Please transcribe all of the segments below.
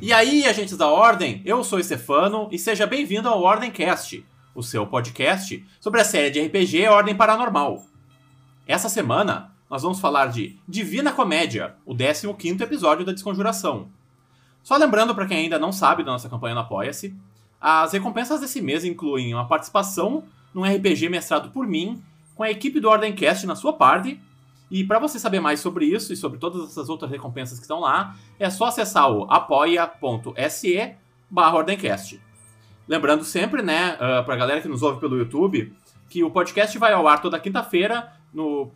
E aí, agentes da Ordem, eu sou o Stefano e seja bem-vindo ao Ordemcast, o seu podcast sobre a série de RPG Ordem Paranormal. Essa semana, nós vamos falar de Divina Comédia, o 15º episódio da Desconjuração. Só lembrando para quem ainda não sabe da nossa campanha no Apoia-se, as recompensas desse mês incluem uma participação num RPG mestrado por mim, com a equipe do Ordemcast na sua party. E para você saber mais sobre isso e sobre todas essas outras recompensas que estão lá, é só acessar o apoia.se/Ordemcast. Lembrando sempre, né, pra galera que nos ouve pelo YouTube, que o podcast vai ao ar toda quinta-feira no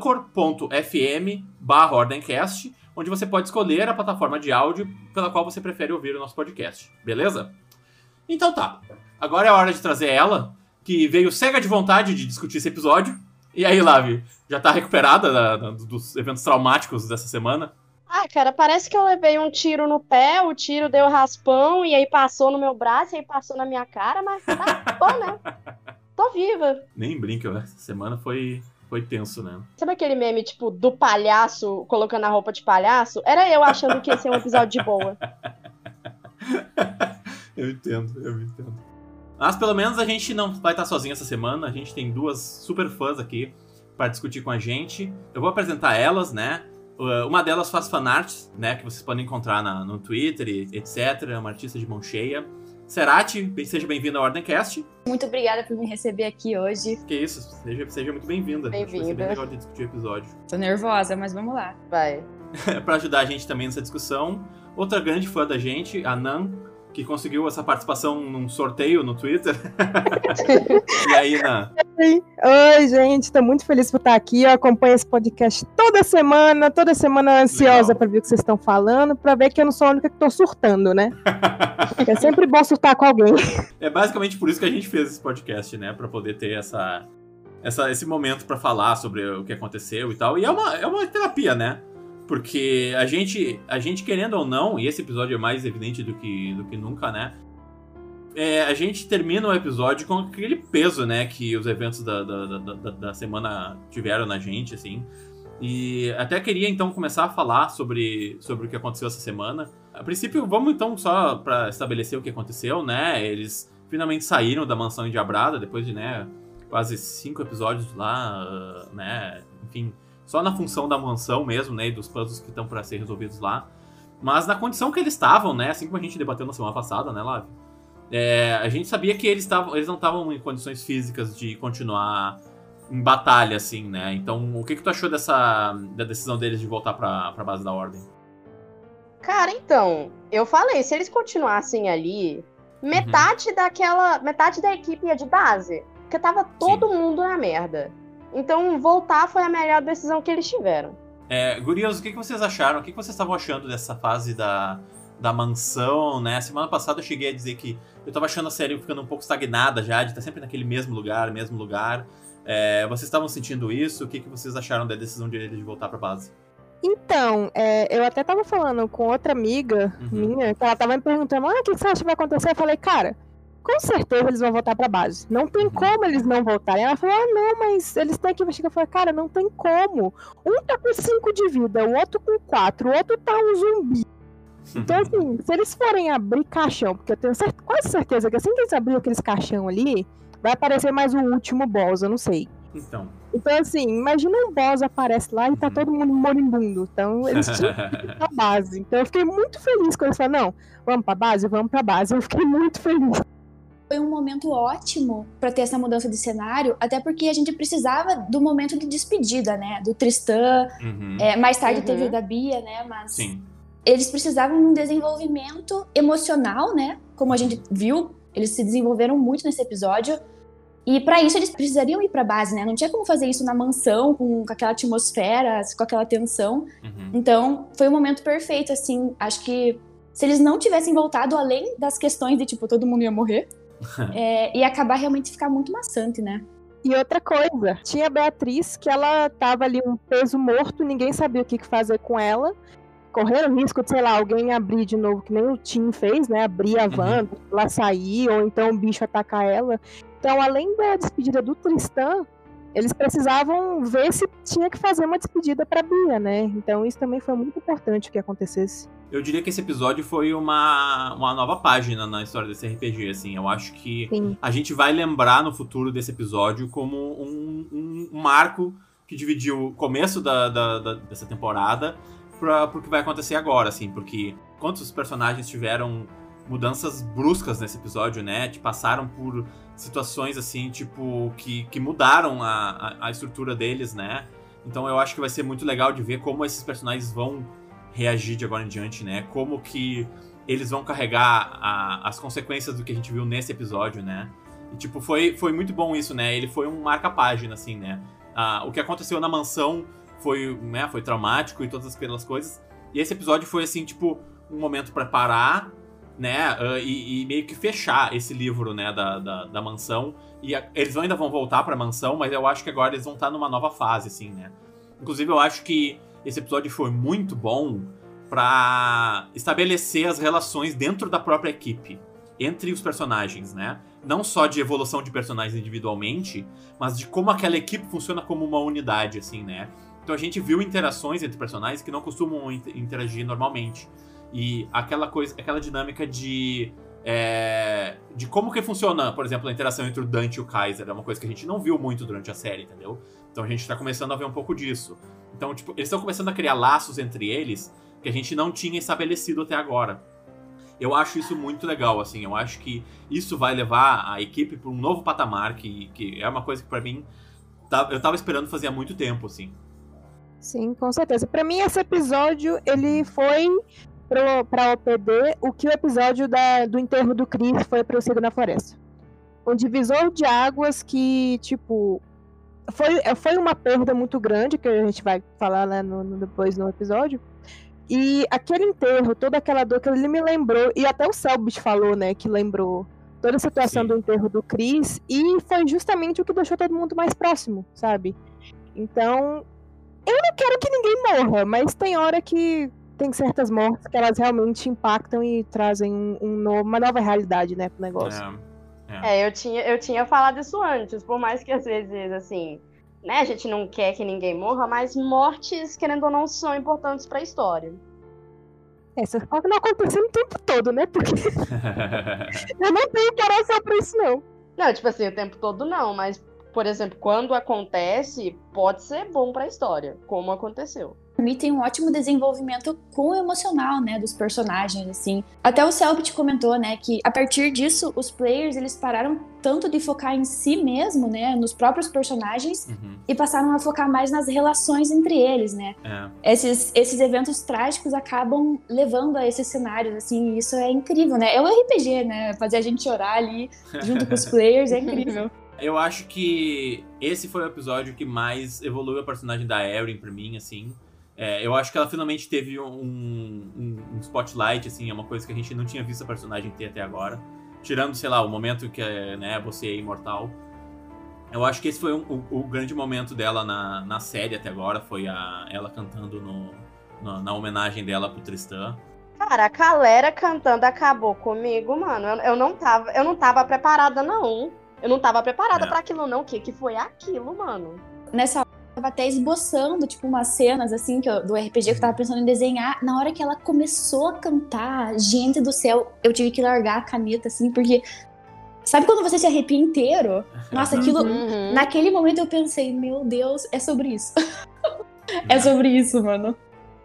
anchor.fm/Ordemcast, onde você pode escolher a plataforma de áudio pela qual você prefere ouvir o nosso podcast, beleza? Então tá, agora é a hora de trazer ela, que veio cega de vontade de discutir esse episódio. E aí, Lavi, já tá recuperada dos eventos traumáticos dessa semana? Ah, cara, parece que eu levei um tiro no pé, o tiro deu raspão, e aí passou no meu braço, e aí passou na minha cara, mas tá bom, né? Tô viva. Nem brinca, essa semana foi tenso, né? Sabe aquele meme, tipo, do palhaço colocando a roupa de palhaço? Era eu achando que ia ser um episódio de boa. Eu entendo. Mas pelo menos a gente não vai estar sozinho essa semana. A gente tem duas super fãs aqui para discutir com a gente. Eu vou apresentar elas, né? Uma delas faz fanarts, né? Que vocês podem encontrar no Twitter e etc. É uma artista de mão cheia. Serati, seja bem-vinda ao Ordemcast. Muito obrigada por me receber aqui hoje. Que isso, seja muito bem-vinda. Bem-vinda. Vai ser bem legal de discutir o episódio. Tô nervosa, mas vamos lá. Vai. Para ajudar a gente também nessa discussão, outra grande fã da gente, a Nan, que conseguiu essa participação num sorteio no Twitter. E aí, Nan? Oi, gente, tô muito feliz por estar aqui. Eu acompanho esse podcast toda semana ansiosa para ver o que vocês estão falando, para ver que eu não sou a única que tô surtando, né? É sempre bom surtar com alguém. É basicamente por isso que a gente fez esse podcast, né? Pra poder ter esse momento pra falar sobre o que aconteceu e tal. E é uma terapia, né? Porque a gente querendo ou não, e esse episódio é mais evidente do que nunca, né? A gente termina o episódio com aquele peso, né? Que os eventos da semana tiveram na gente, assim. E até queria, então, começar a falar sobre o que aconteceu essa semana. A princípio, vamos, então, só pra estabelecer o que aconteceu, né? Eles finalmente saíram da mansão endiabrada, depois de, né, quase 5 episódios lá, né? Enfim, só na função da mansão mesmo, né? E dos puzzles que estão pra ser resolvidos lá. Mas na condição que eles estavam, né? Assim como a gente debateu na semana passada, né, Lavi? A gente sabia que eles não estavam em condições físicas de continuar em batalha, assim, né? Então, o que tu achou da decisão deles de voltar pra base da Ordem? Cara, então, eu falei, se eles continuassem ali, metade da equipe ia de base, porque tava todo mundo na merda. Então, voltar foi a melhor decisão que eles tiveram. Gurias, o que vocês acharam? O que vocês estavam achando dessa fase da mansão, né? Semana passada eu cheguei a dizer que eu tava achando a série ficando um pouco estagnada já, de estar sempre naquele mesmo lugar. Vocês estavam sentindo isso? O que vocês acharam da decisão de eles de voltar pra base? Então, eu até tava falando com outra amiga minha, que ela tava me perguntando, o que você acha que vai acontecer? Eu falei, cara, com certeza eles vão voltar pra base. Não tem como eles não voltarem. Ela falou, não, mas eles têm que investigar. Eu falei, cara, não tem como. Um tá com 5 de vida, o outro com 4, o outro tá um zumbi. Então, assim, se eles forem abrir caixão, porque eu tenho quase certeza que assim que eles abrirem aqueles caixão ali, vai aparecer mais o último boss, eu não sei. Então, assim, imagina um boss aparece lá e tá todo mundo moribundo. Então, eles tinham que ir pra base. Então, eu fiquei muito feliz quando eles falaram, não, vamos pra base? Vamos pra base. Eu fiquei muito feliz. Foi um momento ótimo pra ter essa mudança de cenário, até porque a gente precisava do momento de despedida, né? Do Tristan, mais tarde teve o da Bia, né? Mas sim. Eles precisavam de um desenvolvimento emocional, né? Como a gente viu, eles se desenvolveram muito nesse episódio. E pra isso eles precisariam ir pra base, né? Não tinha como fazer isso na mansão, com aquela atmosfera, com aquela tensão. Então, foi o momento perfeito, assim. Acho que se eles não tivessem voltado, além das questões de, tipo, todo mundo ia morrer, ia acabar realmente ficar muito maçante, né? E outra coisa, tinha a Beatriz, que ela tava ali um peso morto, ninguém sabia o que fazer com ela. Correram o risco de, sei lá, alguém abrir de novo, que nem o Tim fez, né? Abrir a van, lá sair, ou então o bicho atacar ela. Então, além da despedida do Tristan, eles precisavam ver se tinha que fazer uma despedida pra Bia, né? Então, isso também foi muito importante que acontecesse. eu diria que esse episódio foi uma nova página na história desse RPG, assim. Eu acho que Sim. a gente vai lembrar no futuro desse episódio como um marco que dividiu o começo dessa temporada pro que vai acontecer agora, assim. Porque quantos personagens tiveram mudanças bruscas nesse episódio, né? Que passaram por situações, assim, tipo, que mudaram a estrutura deles, né? Então eu acho que vai ser muito legal de ver como esses personagens vão reagir de agora em diante, né? Como que eles vão carregar as consequências do que a gente viu nesse episódio, né? E, tipo, foi muito bom isso, né? Ele foi um marca-página, assim, né? O que aconteceu na mansão foi traumático e todas aquelas coisas. E esse episódio foi, assim, tipo, um momento pra parar, né? E meio que fechar esse livro, né? Da mansão. E eles ainda vão voltar pra mansão, mas eu acho que agora eles vão estar numa nova fase, assim, né? Inclusive, eu acho que esse episódio foi muito bom pra estabelecer as relações dentro da própria equipe, entre os personagens, né? Não só de evolução de personagens individualmente, mas de como aquela equipe funciona como uma unidade, assim, né? Então a gente viu interações entre personagens que não costumam interagir normalmente. E aquela dinâmica de como que funciona, por exemplo, a interação entre o Dante e o Kaiser. É uma coisa que a gente não viu muito durante a série, entendeu? Então a gente tá começando a ver um pouco disso. Então, tipo, eles estão começando a criar laços entre eles que a gente não tinha estabelecido até agora. Eu acho isso muito legal, assim. Eu acho que isso vai levar a equipe para um novo patamar, que é uma coisa que, pra mim, eu tava esperando fazer há muito tempo, assim. Sim, com certeza. Pra mim, esse episódio, ele foi pra OPD o que o episódio do enterro do Chris foi pro Cida na Floresta. Um divisor de águas que, tipo, foi uma perda muito grande, que a gente vai falar, né, depois no episódio. E aquele enterro, toda aquela dor que ele me lembrou, e até o Selbit falou, né, que lembrou toda a situação do enterro do Chris, e foi justamente o que deixou todo mundo mais próximo, sabe? Então, eu não quero que ninguém morra, mas tem hora que tem certas mortes que elas realmente impactam e trazem uma nova realidade, né, pro negócio. Eu tinha falado isso antes, por mais que às vezes, assim, né, a gente não quer que ninguém morra, mas mortes, querendo ou não, são importantes pra história. Só que não aconteceu o tempo todo, né, porque eu não tenho coração pra isso, não. Não, tipo assim, o tempo todo não, mas, por exemplo, quando acontece, pode ser bom pra história, como aconteceu. Pra mim tem um ótimo desenvolvimento com o emocional, né, dos personagens, assim. Até o Selbit comentou, né, que a partir disso, os players, eles pararam tanto de focar em si mesmo, né, nos próprios personagens, e passaram a focar mais nas relações entre eles, né. Esses eventos trágicos acabam levando a esses cenários, assim, e isso é incrível, né. É um RPG, né, fazer a gente chorar ali junto com os players é incrível. Eu acho que esse foi o episódio que mais evoluiu a personagem da Erin pra mim, assim. Eu acho que ela finalmente teve um spotlight, assim, é uma coisa que a gente não tinha visto a personagem ter até agora. Tirando, sei lá, o momento que né, você é imortal. Eu acho que esse foi o grande momento dela na série até agora, foi ela cantando na homenagem dela pro Tristan. Cara, a galera cantando acabou comigo, mano. Eu não tava preparada, não. Eu não tava preparada pra aquilo, não. O que foi aquilo, mano? Nessa hora, eu tava até esboçando, tipo, umas cenas, assim, do RPG que eu tava pensando em desenhar. Na hora que ela começou a cantar, gente do céu, eu tive que largar a caneta, assim, porque... Sabe quando você se arrepia inteiro? Nossa, aquilo... Naquele momento eu pensei, meu Deus, é sobre isso. É sobre isso, mano.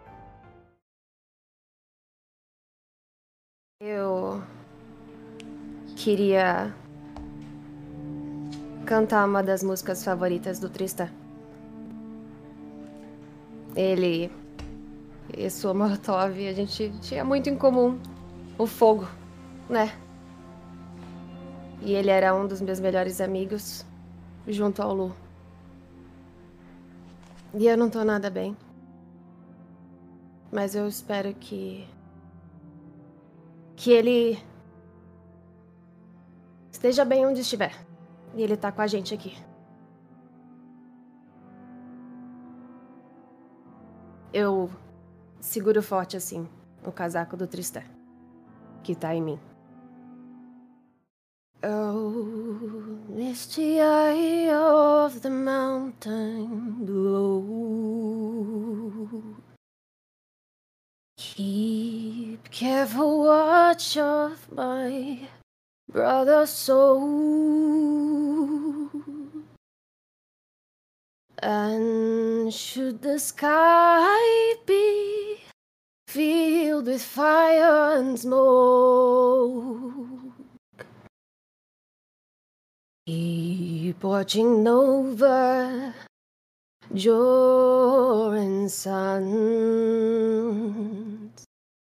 Eu queria cantar uma das músicas favoritas do Tristan. Ele e sua Molotov, a gente tinha muito em comum. O fogo, né? E ele era um dos meus melhores amigos, junto ao Lu. E eu não tô nada bem. Mas eu espero que ele esteja bem onde estiver. E ele tá com a gente aqui. Eu seguro forte assim o casaco do Tristan, que tá em mim. Oh, misty eye of the mountain below. Keep careful watch of my brother's soul. And should the sky be filled with fire and smoke, keep watching over Joran's sons.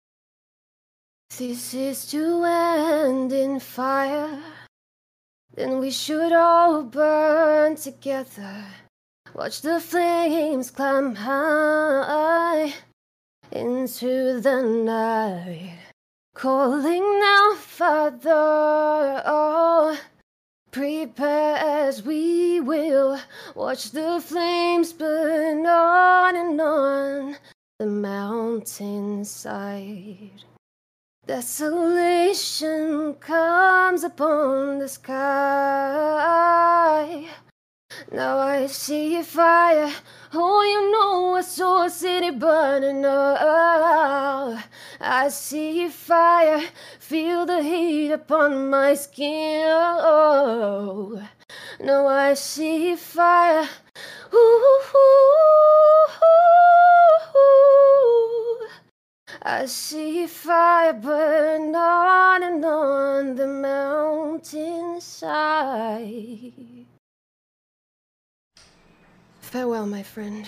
This is to end in fire, then we should all burn together. Watch the flames climb high into the night, calling now, Father. Oh, prepare as we will. Watch the flames burn on and on the mountainside. Desolation comes upon the sky. Now I see fire. Oh, you know I saw a city burning up. I see fire. Feel the heat upon my skin. Oh, now I see fire. Ooh, ooh, ooh. I see fire burn on and on the mountainside. Farewell, my friend.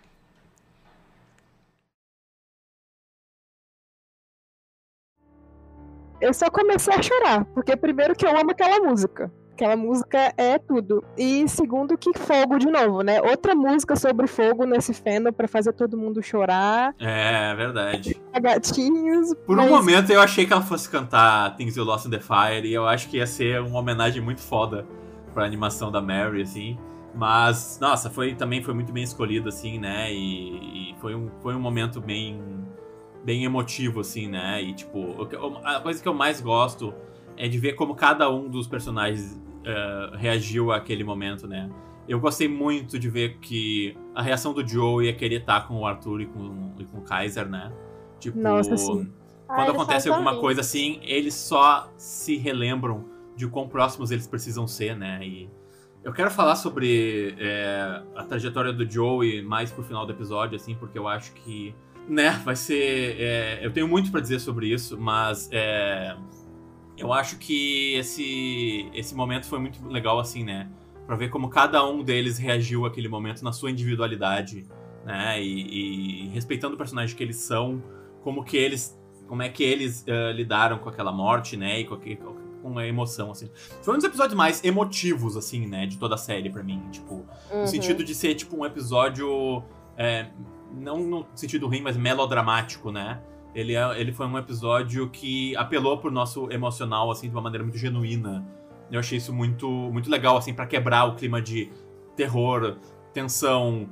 Eu só comecei a chorar, porque primeiro que eu amo aquela música. Aquela música é tudo. E segundo que fogo de novo, né? Outra música sobre fogo nesse fandom pra fazer todo mundo chorar. É verdade. Gatinhos. Por um momento eu achei que ela fosse cantar Things You Lost in the Fire, e eu acho que ia ser uma homenagem muito foda pra animação da Mary, assim. Mas, nossa, também foi muito bem escolhido, assim, né? E foi um momento bem emotivo, assim, né? E, tipo, a coisa que eu mais gosto é de ver como cada um dos personagens reagiu àquele momento, né? Eu gostei muito de ver que a reação do Joe ia querer estar com o Arthur e com o Kaiser, né? Tipo, nossa, sim. Quando acontece alguma coisa assim, eles só se relembram de quão próximos eles precisam ser, né? E eu quero falar sobre a trajetória do Joey mais pro final do episódio, assim, porque eu acho que, né, vai ser... eu tenho muito pra dizer sobre isso, mas eu acho que esse momento foi muito legal, assim, né? Pra ver como cada um deles reagiu àquele momento na sua individualidade, né? E respeitando o personagem que eles são, como é que eles lidaram com aquela morte, né? E com a emoção, assim. Foi um dos episódios mais emotivos, assim, né? De toda a série, pra mim. Tipo, no sentido de ser, tipo, um episódio... não no sentido ruim, mas melodramático, né? Ele foi um episódio que apelou pro nosso emocional, assim, de uma maneira muito genuína. Eu achei isso muito, muito legal, assim, pra quebrar o clima de terror, tensão,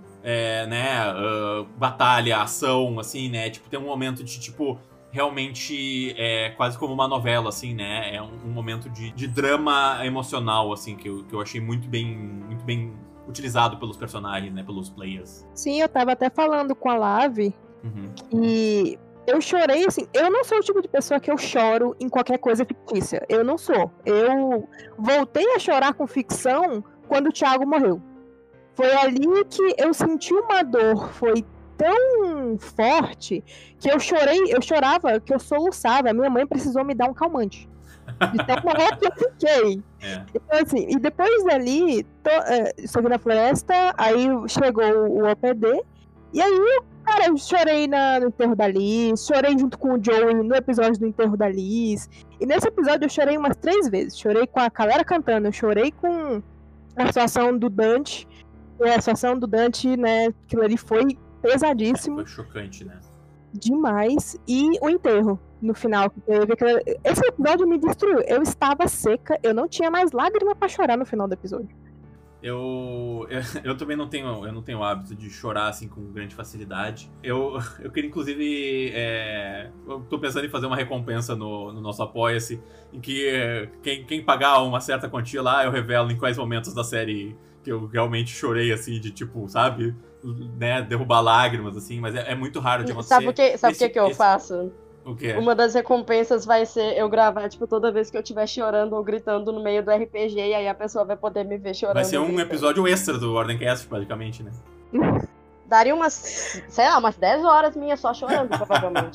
batalha, ação, assim, né? Tipo, tem um momento de, tipo... realmente é quase como uma novela, assim, né? É um momento de drama emocional, assim, que eu achei muito bem utilizado pelos personagens, né? Pelos players. Sim, eu tava até falando com a Lavi e eu chorei, assim, eu não sou o tipo de pessoa que eu choro em qualquer coisa fictícia. Eu não sou. Eu voltei a chorar com ficção quando o Thiago morreu. Foi ali que eu senti uma dor, foi tão forte que eu chorava, que eu soluçava. A minha mãe precisou me dar um calmante. De tão mal que eu fiquei. Então, assim, e depois dali, Sangue na Floresta, aí chegou o OPD, e aí, cara, eu chorei no enterro da Liz, chorei junto com o Joey no episódio do enterro da Liz, e nesse episódio eu chorei umas 3 vezes. Chorei com a galera cantando, eu chorei com a situação do Dante, né, aquilo ali foi pesadíssimo. Foi chocante, né? Demais. E o enterro, no final, que teve. Esse episódio me destruiu. Eu estava seca, eu não tinha mais lágrima pra chorar no final do episódio. Eu também não tenho o hábito de chorar, assim, com grande facilidade. Eu queria, inclusive, eu tô pensando em fazer uma recompensa no nosso Apoia-se, em que quem pagar uma certa quantia lá, eu revelo em quais momentos da série que eu realmente chorei, assim, de tipo, sabe, né, derrubar lágrimas, assim, mas é muito raro de acontecer. Sabe o que eu faço? O quê? Uma das recompensas vai ser eu gravar, tipo, toda vez que eu estiver chorando ou gritando no meio do RPG, e aí a pessoa vai poder me ver chorando. Vai ser um gritando. episódio extra do Ordemcast, basicamente, né? Daria umas, sei lá, umas 10 horas minhas só chorando, provavelmente.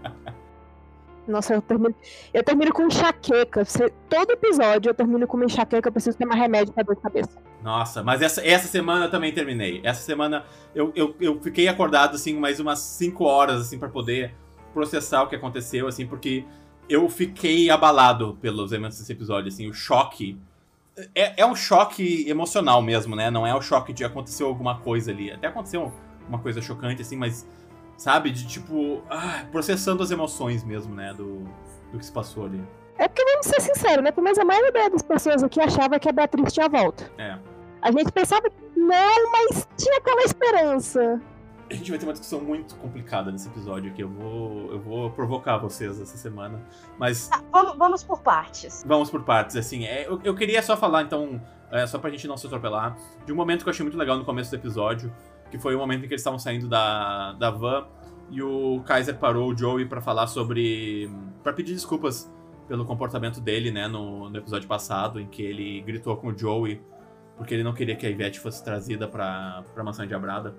Nossa, eu termino com enxaqueca. Todo episódio eu termino com uma enxaqueca, eu preciso tomar remédio pra dor de cabeça. Nossa, mas essa semana eu também terminei. Essa semana eu fiquei acordado, assim, mais umas 5 horas, assim, pra poder processar o que aconteceu, assim, porque eu fiquei abalado pelos eventos desse episódio, assim, o choque. É um choque emocional mesmo, né? Não é o choque de acontecer alguma coisa ali. Até aconteceu uma coisa chocante, assim, mas, sabe, de tipo, processando as emoções mesmo, né? Do que se passou ali. É porque, vamos ser sinceros, né? Pelo menos a maioria das pessoas aqui achava que a Beatriz tinha volta. É. A gente pensava que não, mas tinha aquela esperança. A gente vai ter uma discussão muito complicada nesse episódio aqui. Eu vou provocar vocês essa semana. Mas. Tá, vamos por partes. Vamos por partes, assim. Eu queria só falar, então, só pra gente não se atropelar, de um momento que eu achei muito legal no começo do episódio, que foi o momento em que eles estavam saindo da van e o Kaiser parou o Joey pra falar sobre. Pra pedir desculpas pelo comportamento dele, né, no episódio passado, em que ele gritou com o Joey porque ele não queria que a Ivete fosse trazida pra mansão endiabrada.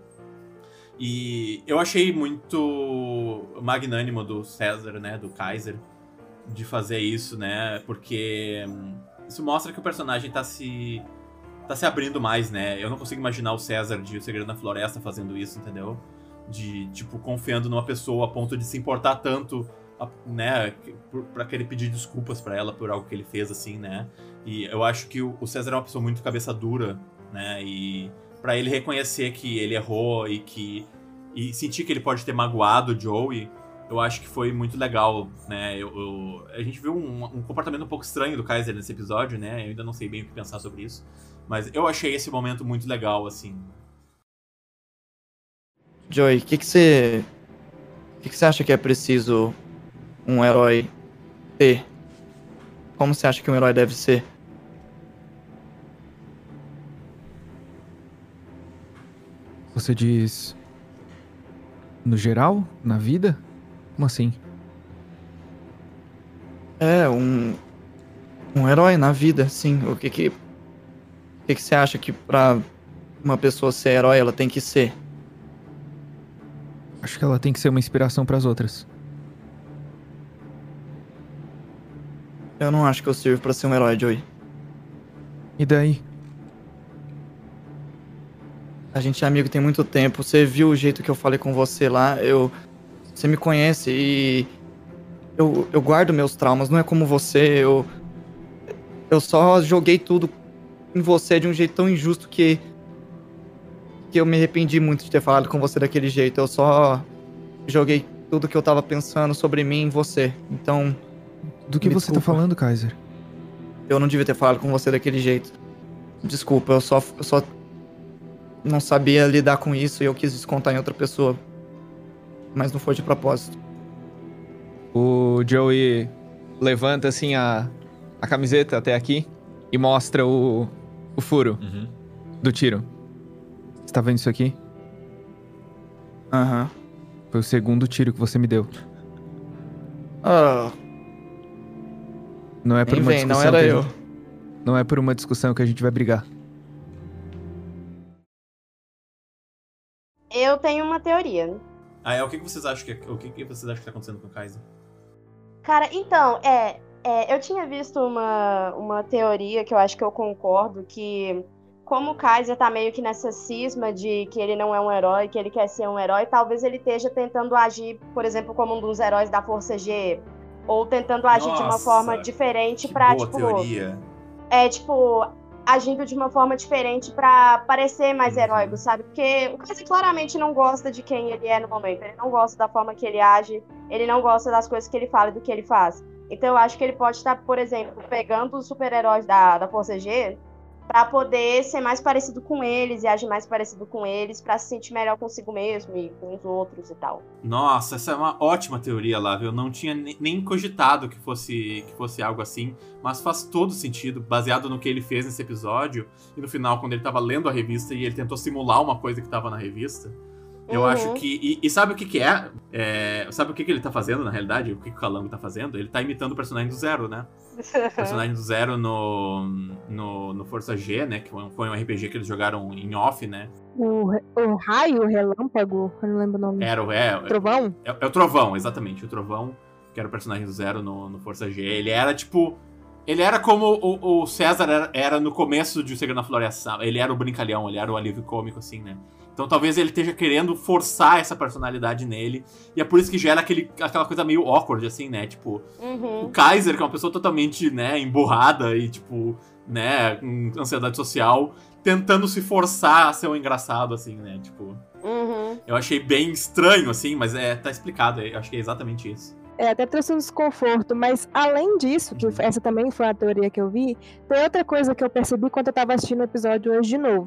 E eu achei muito magnânimo do César, né, do Kaiser, de fazer isso, né, porque isso mostra que o personagem tá se abrindo mais, né. Eu não consigo imaginar o César de O Segredo na Floresta fazendo isso, entendeu? De, tipo, confiando numa pessoa a ponto de se importar tanto, né, pra querer pedir desculpas pra ela por algo que ele fez, assim, né. E eu acho que o César é uma pessoa muito cabeça dura, né, e pra ele reconhecer que ele errou e sentir que ele pode ter magoado o Joey, eu acho que foi muito legal, né. A gente viu um comportamento um pouco estranho do Kaiser nesse episódio, né, eu ainda não sei bem o que pensar sobre isso, mas eu achei esse momento muito legal, assim. Joey, o que você acha que é preciso um herói ter? Como você acha que um herói deve ser? Você diz... no geral? Na vida? Como assim? Um herói na vida, sim. O que você acha que pra uma pessoa ser herói ela tem que ser? Acho que ela tem que ser uma inspiração pras outras. Eu não acho que eu sirvo pra ser um herói, Joey. E daí? A gente é amigo tem muito tempo. Você viu o jeito que eu falei com você lá. Você me conhece e... Eu guardo meus traumas. Não é como você. Eu só joguei tudo em você de um jeito tão injusto que eu me arrependi muito de ter falado com você daquele jeito. Eu só joguei tudo que eu tava pensando sobre mim em você. Então... Do que você tá falando, Kaiser? Eu não devia ter falado com você daquele jeito. Desculpa, eu só não sabia lidar com isso e eu quis descontar em outra pessoa. Mas não foi de propósito. O Joey levanta assim a camiseta até aqui e mostra o furo do tiro. Você tá vendo isso aqui? Aham. Foi o segundo tiro que você me deu. Não é por uma discussão. Não era eu. Não é por uma discussão que a gente vai brigar. Eu tenho uma teoria. O que vocês acham que tá acontecendo com o Kaiser? Cara, então, eu tinha visto uma teoria que eu acho que eu concordo, que como o Kaiser tá meio que nessa cisma de que ele não é um herói, que ele quer ser um herói, talvez ele esteja tentando agir, por exemplo, como um dos heróis da Força G, ou tentando agir de uma forma diferente pra, boa teoria. Agindo de uma forma diferente pra parecer mais heróico, sabe? Porque o Kaiser claramente não gosta de quem ele é no momento. Ele não gosta da forma que ele age, ele não gosta das coisas que ele fala e do que ele faz. Então eu acho que ele pode estar, por exemplo, pegando os super-heróis da Força G pra poder ser mais parecido com eles e agir mais parecido com eles pra se sentir melhor consigo mesmo e com os outros e tal. Nossa, essa é uma ótima teoria, Lávia. Eu não tinha nem cogitado que fosse algo assim, mas faz todo sentido, baseado no que ele fez nesse episódio e no final, quando ele tava lendo a revista e ele tentou simular uma coisa que tava na revista. Eu acho que... E sabe o que é? Sabe o que ele tá fazendo, na realidade? O que o Calango tá fazendo? Ele tá imitando o personagem do Zero, né? O personagem do Zero no Força G, né? Que foi um RPG que eles jogaram em off, né? O raio, o relâmpago, eu não lembro o nome. Trovão? É o Trovão, exatamente. O Trovão, que era o personagem do Zero no Força G. Ele era, tipo... Ele era como o César era no começo de O Segredo na Floresta. Ele era o brincalhão, ele era o alívio cômico, assim, né? Então talvez ele esteja querendo forçar essa personalidade nele. E é por isso que gera aquela coisa meio awkward, assim, né? Tipo, o Kaiser, que é uma pessoa totalmente, né, emburrada e, tipo, né, com ansiedade social, tentando se forçar a ser um engraçado, assim, né? Tipo, eu achei bem estranho, assim, mas tá explicado. Eu acho que é exatamente isso. Até trouxe um desconforto, mas além disso, que essa também foi a teoria que eu vi, tem outra coisa que eu percebi quando eu tava assistindo o episódio hoje de novo.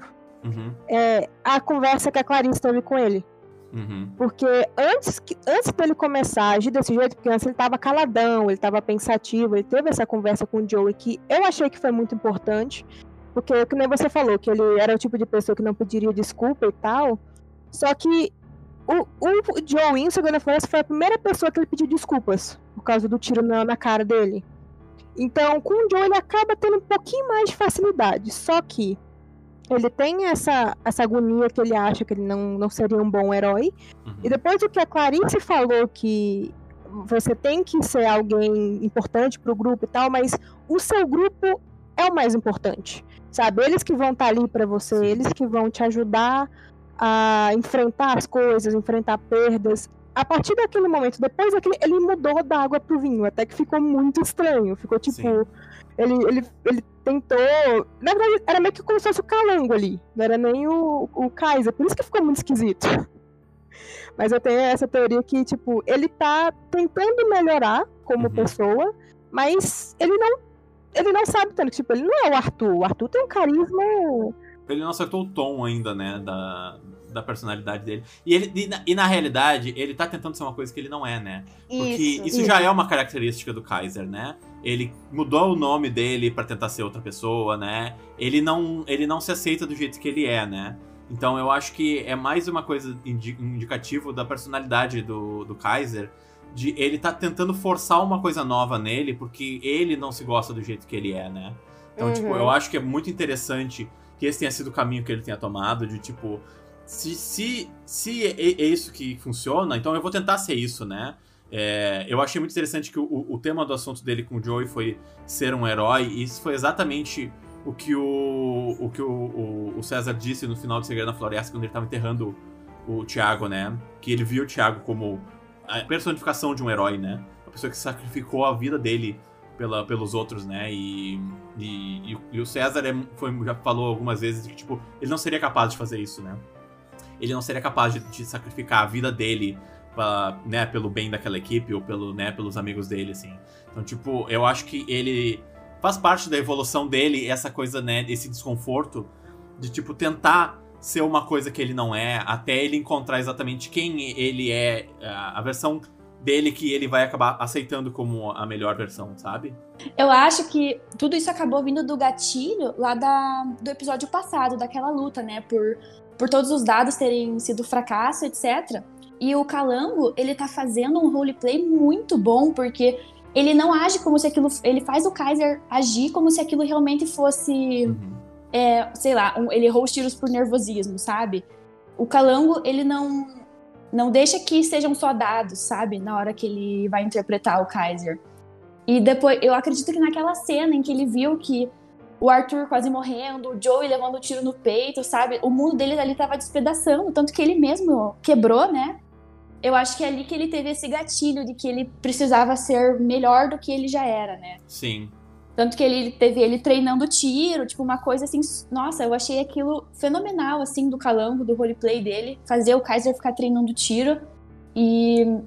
A conversa que a Clarice teve com ele. Porque antes dele começar a agir desse jeito, porque antes ele tava caladão, ele tava pensativo, ele teve essa conversa com o Joey que eu achei que foi muito importante, porque, como você falou, que ele era o tipo de pessoa que não pediria desculpa e tal, só que o Joey, em Segunda Floresta, foi a primeira pessoa que ele pediu desculpas por causa do tiro na cara dele. Então, com o Joey, ele acaba tendo um pouquinho mais de facilidade. Só que ele tem essa agonia que ele acha que ele não seria um bom herói. E depois do que a Clarice falou, que você tem que ser alguém importante pro grupo e tal, mas o seu grupo é o mais importante, sabe? Eles que vão estar ali pra você, eles que vão te ajudar a enfrentar as coisas, enfrentar perdas. A partir daquele momento, depois daquele, ele mudou da água pro vinho, até que ficou muito estranho. Ficou tipo... Ele tentou... Na verdade, era meio que como se fosse o Calango ali. Não era nem o Kaiser. Por isso que ficou muito esquisito. Mas eu tenho essa teoria que, tipo, ele tá tentando melhorar como pessoa, mas ele não sabe tanto. Tipo, ele não é o Arthur. O Arthur tem um carisma... Ele não acertou o tom ainda, né, da personalidade dele. E na realidade, ele tá tentando ser uma coisa que ele não é, né? Porque isso já é uma característica do Kaiser, né? Ele mudou o nome dele pra tentar ser outra pessoa, né? Ele não se aceita do jeito que ele é, né? Então eu acho que é mais uma coisa indicativo da personalidade do Kaiser, de ele tá tentando forçar uma coisa nova nele, porque ele não se gosta do jeito que ele é, né? Então, tipo, eu acho que é muito interessante que esse tenha sido o caminho que ele tenha tomado, de tipo, se é isso que funciona, então eu vou tentar ser isso, né? Eu achei muito interessante que o tema do assunto dele com o Joey foi ser um herói, e isso foi exatamente o que o César disse no final de Segredo na Floresta, quando ele estava enterrando o Thiago, né? Que ele viu o Thiago como a personificação de um herói, né? A pessoa que sacrificou a vida dele pelos outros, né? E o César já falou algumas vezes que, tipo, ele não seria capaz de fazer isso, né? Ele não seria capaz de sacrificar a vida dele né, pelo bem daquela equipe ou pelos amigos dele, assim. Então, tipo, eu acho que ele faz parte da evolução dele essa coisa, né, esse desconforto de, tipo, tentar ser uma coisa que ele não é, até ele encontrar exatamente quem ele é, a versão dele que ele vai acabar aceitando como a melhor versão, sabe? Eu acho que tudo isso acabou vindo do gatilho lá do episódio passado, daquela luta, né? Por todos os dados terem sido fracasso, etc. E o Calango, ele tá fazendo um roleplay muito bom, porque ele não age como se aquilo... Ele faz o Kaiser agir como se aquilo realmente fosse... sei lá, ele errou os tiros por nervosismo, sabe? O Calango, ele não deixa que sejam só dados, sabe? Na hora que ele vai interpretar o Kaiser. E depois, eu acredito que naquela cena em que ele viu que o Arthur quase morrendo, o Joey levando o tiro no peito, sabe? O mundo dele ali tava despedaçando, tanto que ele mesmo quebrou, né? Eu acho que é ali que ele teve esse gatilho de que ele precisava ser melhor do que ele já era, né? Sim. Tanto que ele teve ele treinando tiro, tipo, uma coisa assim... Nossa, eu achei aquilo fenomenal, assim, do Calango, do roleplay dele. Fazer o Kaiser ficar treinando tiro. E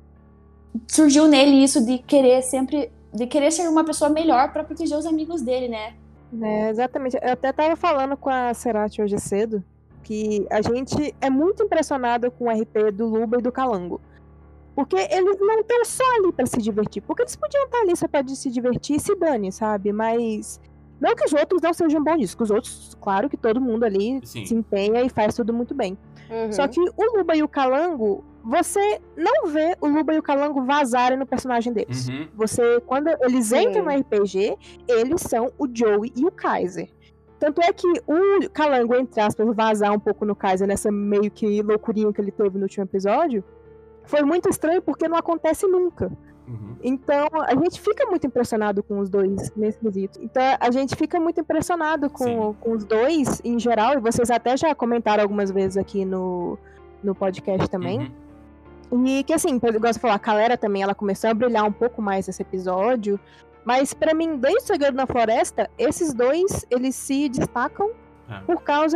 surgiu nele isso de querer sempre... De querer ser uma pessoa melhor pra proteger os amigos dele, né? Exatamente. Eu até tava falando com a Cerati hoje cedo que a gente é muito impressionado com o RP do Luba e do Calango. Porque eles não estão só ali pra se divertir. Porque eles podiam estar ali só pra se divertir e se dane, sabe? Mas não que os outros não sejam bons nisso. Que os outros, claro que todo mundo ali se empenha e faz tudo muito bem. Só que o Luba e o Calango, você não vê o Luba e o Calango vazarem no personagem deles. Quando eles entram no RPG, eles são o Joey e o Kaiser. Tanto é que o Calango, entre aspas, vazar um pouco no Kaiser nessa meio que loucurinha que ele teve no último episódio, foi muito estranho porque não acontece nunca. Então, a gente fica muito impressionado com os dois nesse quesito. Então, a gente fica muito impressionado com os dois em geral, e vocês até já comentaram algumas vezes aqui no podcast também. E que, assim, igual você falou, a Calera também, ela começou a brilhar um pouco mais nesse episódio. Mas, pra mim, desde o Segredo na Floresta, esses dois, eles se destacam por causa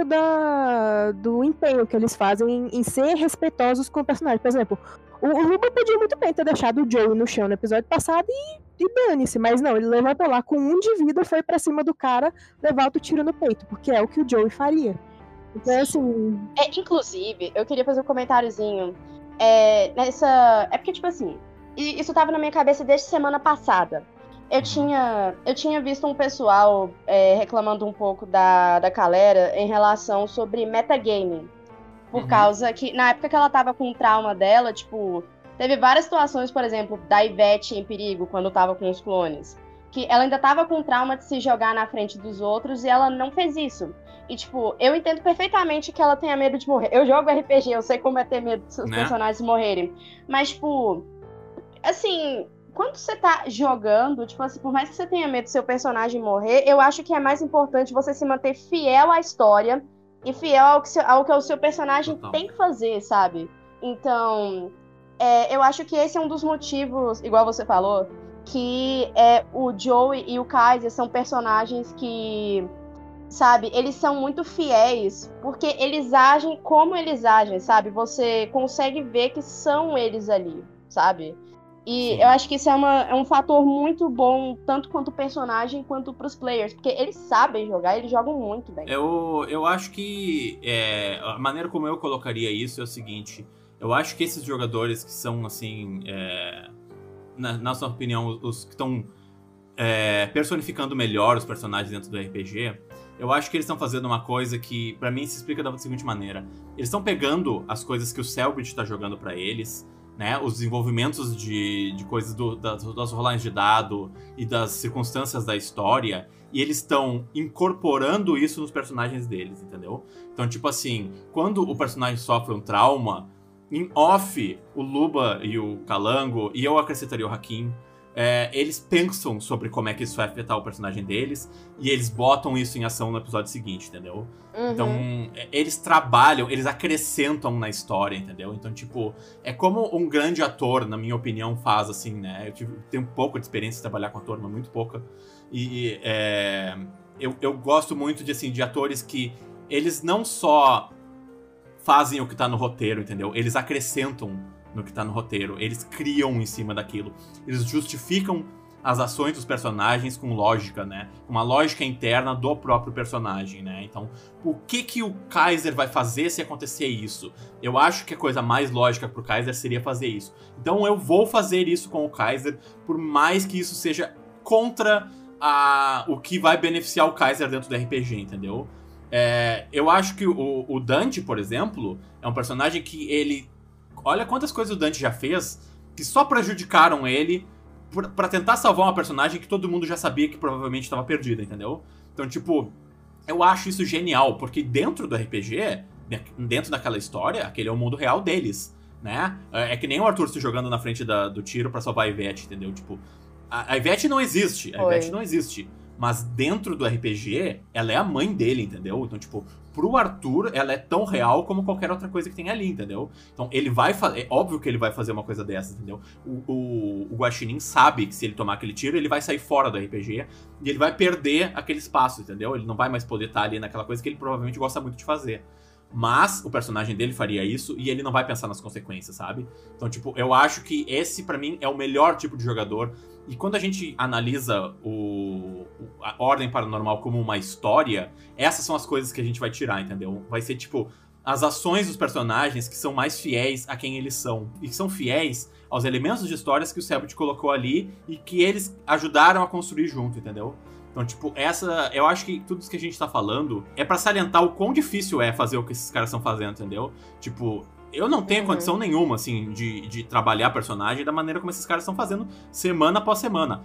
do empenho que eles fazem em ser respeitosos com o personagem. Por exemplo, o Luba podia muito bem ter deixado o Joey no chão no episódio passado e dane-se, mas não, ele levantou lá com 1 de vida, foi pra cima do cara, levar outro tiro no peito, porque é o que o Joey faria. Então, assim... Inclusive, eu queria fazer um comentáriozinho. É porque, tipo assim, isso tava na minha cabeça desde semana passada. Eu tinha visto um pessoal reclamando um pouco da Calera em relação sobre metagaming. Por causa que, na época que ela tava com o trauma dela, tipo, teve várias situações, por exemplo, da Ivete em perigo, quando tava com os clones. Que ela ainda tava com o trauma de se jogar na frente dos outros e ela não fez isso. E, tipo, eu entendo perfeitamente que ela tenha medo de morrer. Eu jogo RPG, eu sei como é ter medo dos seus personagens morrerem. Mas, tipo, assim... Quando você tá jogando, tipo assim, por mais que você tenha medo do seu personagem morrer, eu acho que é mais importante você se manter fiel à história e fiel ao que o seu personagem tem que fazer, sabe? Então, eu acho que esse é um dos motivos, igual você falou, que o Joey e o Kaiser são personagens que, sabe, eles são muito fiéis, porque eles agem como eles agem, sabe? Você consegue ver que são eles ali, sabe? E eu acho que isso é um fator muito bom, tanto quanto o personagem, quanto pros players. Porque eles sabem jogar, eles jogam muito bem. Eu acho que a maneira como eu colocaria isso é o seguinte. Eu acho que esses jogadores que são, assim, na sua opinião, os que estão personificando melhor os personagens dentro do RPG, eu acho que eles estão fazendo uma coisa que, pra mim, se explica da seguinte maneira. Eles estão pegando as coisas que o Selbit tá jogando pra eles... Né, os desenvolvimentos de coisas das rolagens de dado e das circunstâncias da história, e eles estão incorporando isso nos personagens deles, entendeu? Então, tipo assim, quando o personagem sofre um trauma, em off, o Luba e o Calango, e eu acrescentaria o Hakim, eles pensam sobre como é que isso vai afetar o personagem deles, e eles botam isso em ação no episódio seguinte, entendeu? Então, eles trabalham, eles acrescentam na história, entendeu? Então, tipo, é como um grande ator, na minha opinião, faz, assim, né? Eu tenho um pouco de experiência de trabalhar com ator, mas muito pouca. E eu gosto muito de atores que eles não só fazem o que tá no roteiro, entendeu? Eles acrescentam no que tá no roteiro, eles criam em cima daquilo. Eles justificam as ações dos personagens com lógica, né? Uma lógica interna do próprio personagem, né? Então, o que o Kaiser vai fazer se acontecer isso? Eu acho que a coisa mais lógica pro Kaiser seria fazer isso. Então eu vou fazer isso com o Kaiser, por mais que isso seja contra o que vai beneficiar o Kaiser dentro do RPG, entendeu? Eu acho que o Dante, por exemplo, é um personagem que ele... Olha quantas coisas o Dante já fez que só prejudicaram ele pra tentar salvar uma personagem que todo mundo já sabia que provavelmente estava perdida, entendeu? Então, tipo, eu acho isso genial, porque dentro do RPG, dentro daquela história, aquele é o mundo real deles, né? É que nem o Arthur se jogando na frente do tiro pra salvar a Ivete, entendeu? Tipo, a Ivete não existe, Ivete não existe. Mas dentro do RPG, ela é a mãe dele, entendeu? Então, tipo, pro Arthur, ela é tão real como qualquer outra coisa que tem ali, entendeu? Então, ele vai fazer... É óbvio que ele vai fazer uma coisa dessa, entendeu? O Guaxinim sabe que se ele tomar aquele tiro, ele vai sair fora do RPG e ele vai perder aquele espaço, entendeu? Ele não vai mais poder estar ali naquela coisa que ele provavelmente gosta muito de fazer. Mas o personagem dele faria isso e ele não vai pensar nas consequências, sabe? Então, tipo, eu acho que esse, pra mim, é o melhor tipo de jogador. E quando a gente analisa a Ordem Paranormal como uma história, essas são as coisas que a gente vai tirar, entendeu? Vai ser, tipo, as ações dos personagens que são mais fiéis a quem eles são. E que são fiéis aos elementos de histórias que o Selbit colocou ali e que eles ajudaram a construir junto, entendeu? Então, tipo, eu acho que tudo isso que a gente tá falando é pra salientar o quão difícil é fazer o que esses caras estão fazendo, entendeu? Tipo, eu não tenho condição nenhuma, assim, de trabalhar personagem da maneira como esses caras estão fazendo semana após semana.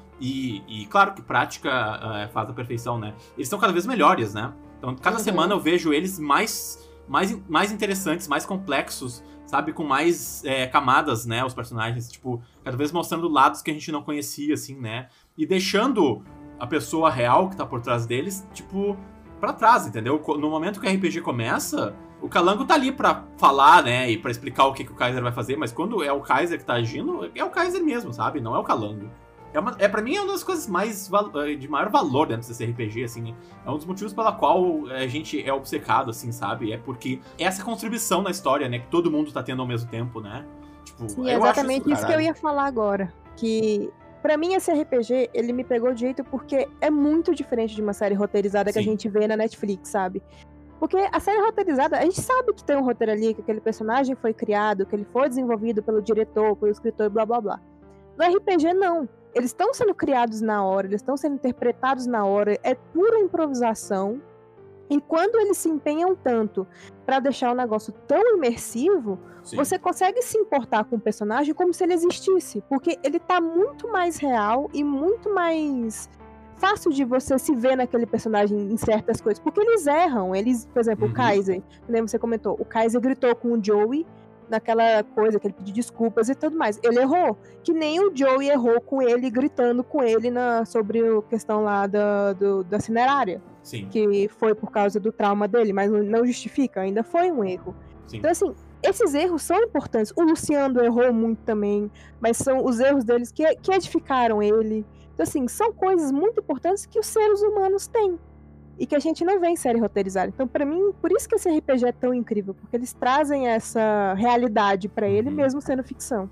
E claro que prática faz a perfeição, né? Eles estão cada vez melhores, né? Então, cada semana eu vejo eles mais interessantes, mais complexos, sabe? Com mais camadas, né? Os personagens, tipo, cada vez mostrando lados que a gente não conhecia, assim, né? E deixando a pessoa real que tá por trás deles, tipo, pra trás, entendeu? No momento que o RPG começa, o Calango tá ali pra falar, né? E pra explicar o que o Kaiser vai fazer, mas quando é o Kaiser que tá agindo, é o Kaiser mesmo, sabe? Não é o Calango. Pra mim, é uma das coisas de maior valor dentro desse RPG, assim. É um dos motivos pela qual a gente é obcecado, assim, sabe? É porque essa contribuição na história, né? Que todo mundo tá tendo ao mesmo tempo, né? Tipo, sim, é exatamente isso que eu ia falar agora. Que, pra mim, esse RPG, ele me pegou de jeito porque é muito diferente de uma série roteirizada que a gente vê na Netflix, sabe? Porque a série roteirizada, a gente sabe que tem um roteiro ali, que aquele personagem foi criado, que ele foi desenvolvido pelo diretor, pelo escritor, blá, blá, blá. No RPG, não. Eles estão sendo criados na hora, eles estão sendo interpretados na hora, é pura improvisação. E quando eles se empenham tanto pra deixar o negócio tão imersivo, você consegue se importar com o personagem como se ele existisse. Porque ele tá muito mais real e muito mais fácil de você se ver naquele personagem em certas coisas. Porque eles erram. Eles, por exemplo, o Kaiser, como você comentou, o Kaiser gritou com o Joey naquela coisa que ele pediu desculpas e tudo mais. Ele errou, que nem o Joey errou com ele, gritando com ele sobre a questão lá da cinerária. Sim. Que foi por causa do trauma dele, mas não justifica, ainda foi um erro. Sim. Então, assim, esses erros são importantes. O Luciano errou muito também, mas são os erros deles que edificaram ele. Então, assim, são coisas muito importantes que os seres humanos têm. E que a gente não vê em série roteirizada. Então, pra mim, por isso que esse RPG é tão incrível. Porque eles trazem essa realidade pra ele, mesmo sendo ficção.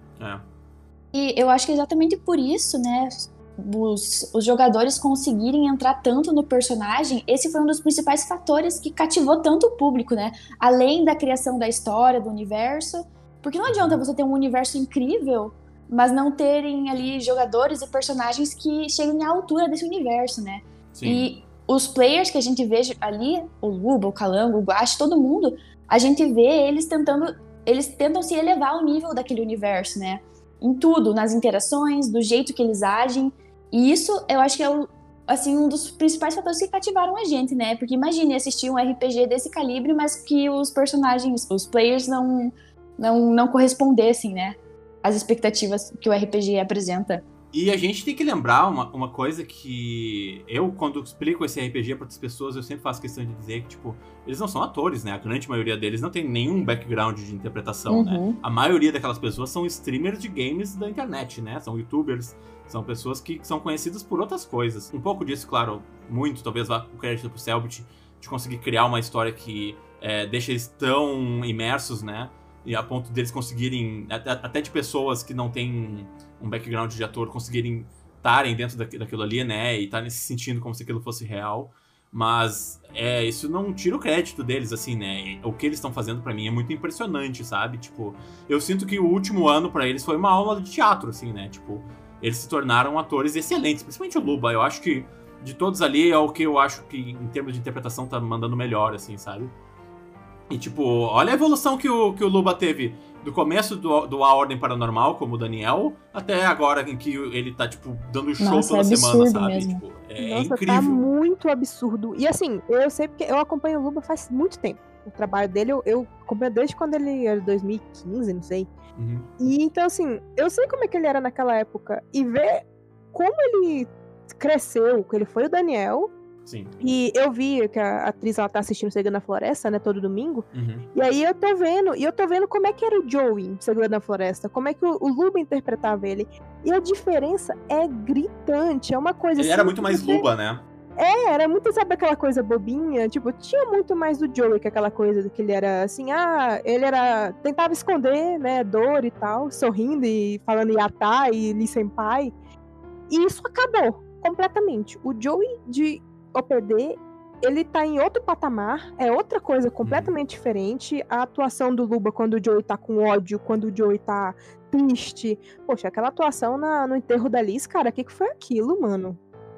E eu acho que é exatamente por isso, né, os jogadores conseguirem entrar tanto no personagem, esse foi um dos principais fatores que cativou tanto o público, né? Além da criação da história, do universo. Porque não adianta você ter um universo incrível, mas não terem ali jogadores e personagens que cheguem à altura desse universo, né? Sim. E os players que a gente vê ali, o Luba, o Calango, o Guache, todo mundo, a gente vê eles tentam se elevar ao nível daquele universo, né? Em tudo, nas interações, do jeito que eles agem. E isso, eu acho que é um dos principais fatores que cativaram a gente, né? Porque imagine assistir um RPG desse calibre, mas que os personagens, os players não correspondessem, né? Às expectativas que o RPG apresenta. E a gente tem que lembrar uma coisa que eu, quando explico esse RPG para outras pessoas, eu sempre faço questão de dizer que, tipo, eles não são atores, né? A grande maioria deles não tem nenhum background de interpretação, né? A maioria daquelas pessoas são streamers de games da internet, né? São youtubers, são pessoas que são conhecidas por outras coisas. Um pouco disso, claro, muito, talvez vá o crédito pro Selbit, de conseguir criar uma história que deixa eles tão imersos, né? E a ponto deles conseguirem, até de pessoas que não têm um background de ator, conseguirem estarem dentro daquilo ali, né? E estarem se sentindo como se aquilo fosse real. Mas isso não tira o crédito deles, assim, né? O que eles estão fazendo pra mim é muito impressionante, sabe? Tipo, eu sinto que o último ano pra eles foi uma aula de teatro, assim, né? Tipo, eles se tornaram atores excelentes, principalmente o Luba. Eu acho que de todos ali é o que eu acho que, em termos de interpretação, tá mandando melhor, assim, sabe? E, tipo, olha a evolução que o Luba teve do começo do A Ordem Paranormal, como o Daniel, até agora em que ele tá, tipo, dando show toda semana, sabe? Mesmo. Tipo, Nossa, incrível. Tá muito absurdo. E assim, eu sei porque eu acompanho o Luba faz muito tempo. O trabalho dele eu acompanho desde quando ele era 2015, não sei. E então, assim, eu sei como é que ele era naquela época. E ver como ele cresceu, que ele foi o Daniel. Sim. E eu vi que a atriz, ela tá assistindo Segredo na Floresta, né, todo domingo. E aí eu tô vendo como é que era o Joey em Segredo na Floresta, como é que o Luba interpretava ele. E a diferença é gritante, é uma coisa ele assim... era muito mais Luba, né? Era muito, sabe, aquela coisa bobinha, tipo, tinha muito mais do Joey que aquela coisa que ele era assim, tentava esconder, né, dor e tal, sorrindo e falando Yatá e Lee Senpai. E isso acabou completamente. O Joey de OPD, ele tá em outro patamar, é outra coisa completamente diferente. A atuação do Luba quando o Joey tá com ódio, quando o Joey tá triste. Poxa, aquela atuação no enterro da Liz, cara, o que foi aquilo, mano?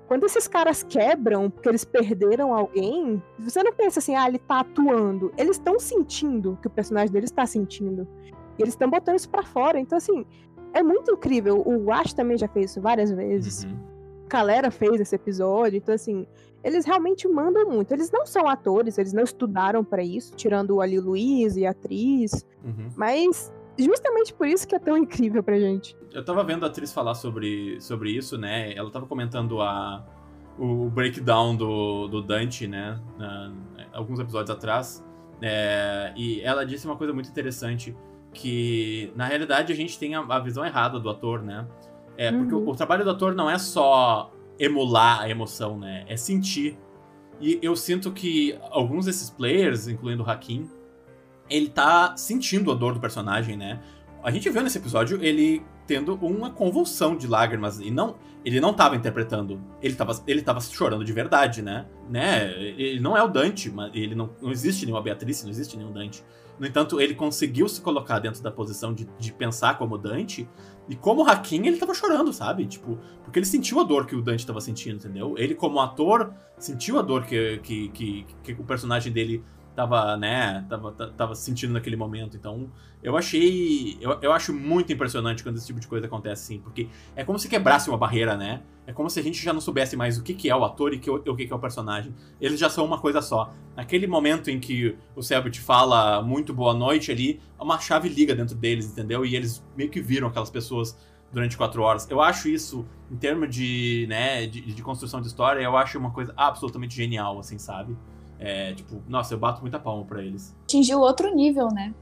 quando esses caras quebram porque eles perderam alguém, você não pensa assim, ele tá atuando. Eles estão sentindo o que o personagem deles tá sentindo. E eles estão botando isso pra fora. Então, assim, é muito incrível. O Ash também já fez isso várias vezes. A galera fez esse episódio. Então, assim, eles realmente mandam muito. Eles não são atores, eles não estudaram pra isso, tirando ali o Luiz e a atriz. Mas justamente por isso que é tão incrível pra gente. Eu tava vendo a atriz falar sobre isso, né? Ela tava comentando o breakdown do Dante, né? Alguns episódios atrás. E ela disse uma coisa muito interessante, que na realidade a gente tem a visão errada do ator, né? Porque o trabalho do ator não é só emular a emoção, né? É sentir. E eu sinto que alguns desses players, incluindo o Hakim, ele tá sentindo a dor do personagem, né? A gente viu nesse episódio ele tendo uma convulsão de lágrimas. E ele não tava interpretando. Ele tava chorando de verdade, né? Ele não é o Dante, mas ele não existe nenhuma Beatrice, não existe nenhum Dante. No entanto, ele conseguiu se colocar dentro da posição de pensar como Dante. E como Hakim, ele tava chorando, sabe? Tipo, porque ele sentiu a dor que o Dante tava sentindo, entendeu? Ele, como ator, sentiu a dor que o personagem dele tava, né, tava sentindo naquele momento. Então, eu acho muito impressionante quando esse tipo de coisa acontece, assim, porque é como se quebrasse uma barreira, né? É como se a gente já não soubesse mais o que é o ator e o que é o personagem. Eles já são uma coisa só. Naquele momento em que o Selbit fala muito boa noite ali, uma chave liga dentro deles, entendeu? E eles meio que viram aquelas pessoas durante 4 horas. Eu acho isso, em termos de construção de história, eu acho uma coisa absolutamente genial, assim, sabe? Tipo, nossa, eu bato muita palma pra eles. Atingiu outro nível, né?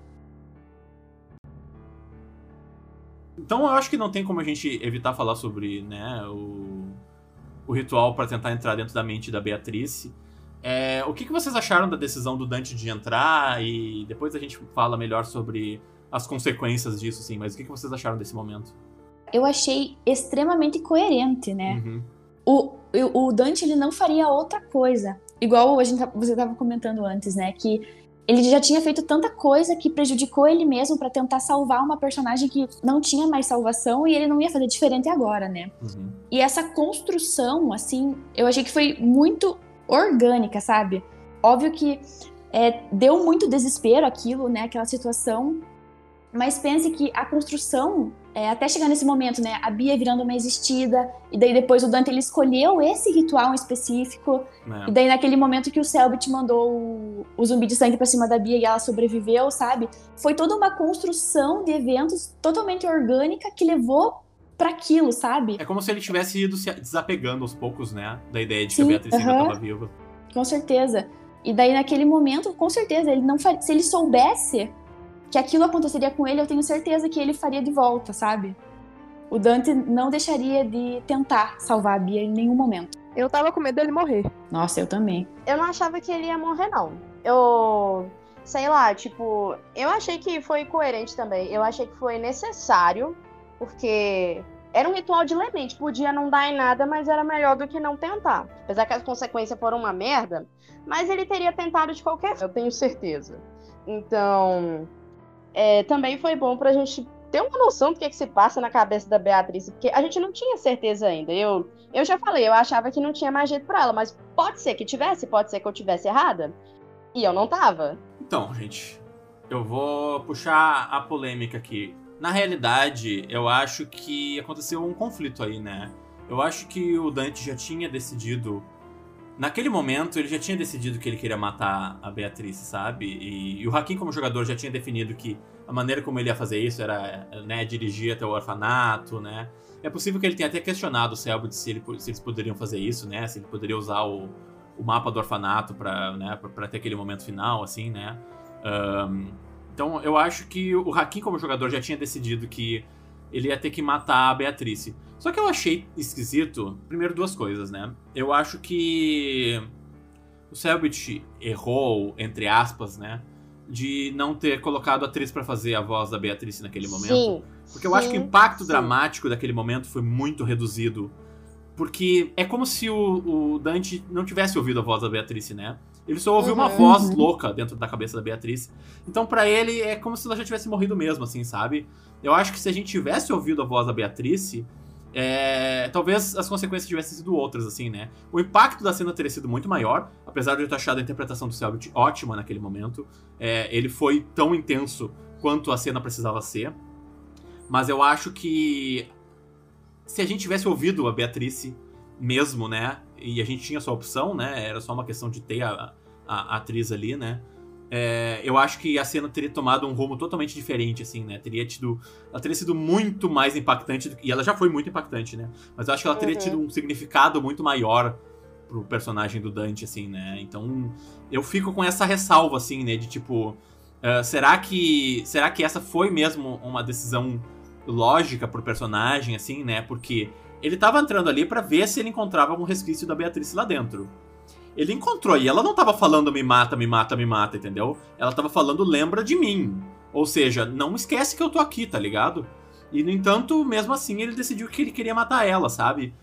Então eu acho que não tem como a gente evitar falar sobre, né, o ritual pra tentar entrar dentro da mente da Beatrice. O que vocês acharam da decisão do Dante de entrar? E depois a gente fala melhor sobre as consequências disso, sim. Mas o que vocês acharam desse momento? Eu achei extremamente coerente, né? O Dante, ele não faria outra coisa. Igual você estava comentando antes, né? Que ele já tinha feito tanta coisa que prejudicou ele mesmo pra tentar salvar uma personagem que não tinha mais salvação, e ele não ia fazer diferente agora, né? E essa construção, assim, eu achei que foi muito orgânica, sabe? Óbvio que deu muito desespero aquilo, né? Aquela situação. Mas pense que a construção, até chegar nesse momento, né? A Bia virando uma existida, e daí depois o Dante, ele escolheu esse ritual em específico, e daí naquele momento que o Selbit mandou o zumbi de sangue pra cima da Bia e ela sobreviveu, sabe? Foi toda uma construção de eventos totalmente orgânica que levou pra aquilo, sabe? É como se ele tivesse ido se desapegando aos poucos, né? Da ideia de que a Beatriz ainda tava viva. Com certeza. E daí naquele momento, com certeza, ele não faria, se ele soubesse que aquilo aconteceria com ele, eu tenho certeza que ele faria de volta, sabe? O Dante não deixaria de tentar salvar a Bia em nenhum momento. Eu tava com medo dele morrer. Nossa, eu também. Eu não achava que ele ia morrer, não. Eu, sei lá, tipo, eu achei que foi coerente também. Eu achei que foi necessário, porque era um ritual de lemente. Podia não dar em nada, mas era melhor do que não tentar. Apesar que as consequências foram uma merda, mas ele teria tentado de qualquer forma, eu tenho certeza. Então, também foi bom pra gente ter uma noção do que se passa na cabeça da Beatriz, porque a gente não tinha certeza ainda. Eu já falei, eu achava que não tinha mais jeito pra ela, mas pode ser que tivesse, pode ser que eu tivesse errada, e eu não tava. Então, gente, eu vou puxar a polêmica aqui. Na realidade, eu acho que aconteceu um conflito aí, né? Eu acho que o Dante já tinha decidido. Naquele momento, ele já tinha decidido que ele queria matar a Beatriz, sabe? E o Hakim, como jogador, já tinha definido que a maneira como ele ia fazer isso era, né, dirigir até o orfanato, né? É possível que ele tenha até questionado o Selbit se eles poderiam fazer isso, né? Se ele poderia usar o mapa do orfanato pra ter aquele momento final, assim, né? Então, eu acho que o Hakim, como jogador, já tinha decidido que ele ia ter que matar a Beatriz. Só que eu achei esquisito, primeiro, 2 coisas, né? Eu acho que o Selbit errou, entre aspas, né? De não ter colocado a atriz pra fazer a voz da Beatriz naquele momento. Sim, porque eu acho que o impacto dramático daquele momento foi muito reduzido. Porque é como se o Dante não tivesse ouvido a voz da Beatriz, né? Ele só ouviu uma voz louca dentro da cabeça da Beatriz. Então, pra ele, é como se ela já tivesse morrido mesmo, assim, sabe? Eu acho que se a gente tivesse ouvido a voz da Beatriz, talvez as consequências tivessem sido outras, assim, né? O impacto da cena teria sido muito maior, apesar de eu ter achado a interpretação do Selbit ótima naquele momento. Ele foi tão intenso quanto a cena precisava ser. Mas eu acho que se a gente tivesse ouvido a Beatrice mesmo, né? E a gente tinha só opção, né? Era só uma questão de ter a atriz ali, né? Eu acho que a cena teria tomado um rumo totalmente diferente, assim, né? Ela teria sido muito mais impactante, e ela já foi muito impactante, né? Mas eu acho que ela teria tido um significado muito maior pro personagem do Dante, assim, né? Então, eu fico com essa ressalva, assim, né? De tipo, será que essa foi mesmo uma decisão lógica pro personagem, assim, né? Porque ele tava entrando ali pra ver se ele encontrava algum resquício da Beatrice lá dentro. Ele encontrou, e ela não tava falando me mata, me mata, me mata, entendeu? Ela tava falando lembra de mim. Ou seja, não esquece que eu tô aqui, tá ligado? E, no entanto, mesmo assim, ele decidiu que ele queria matar ela, sabe?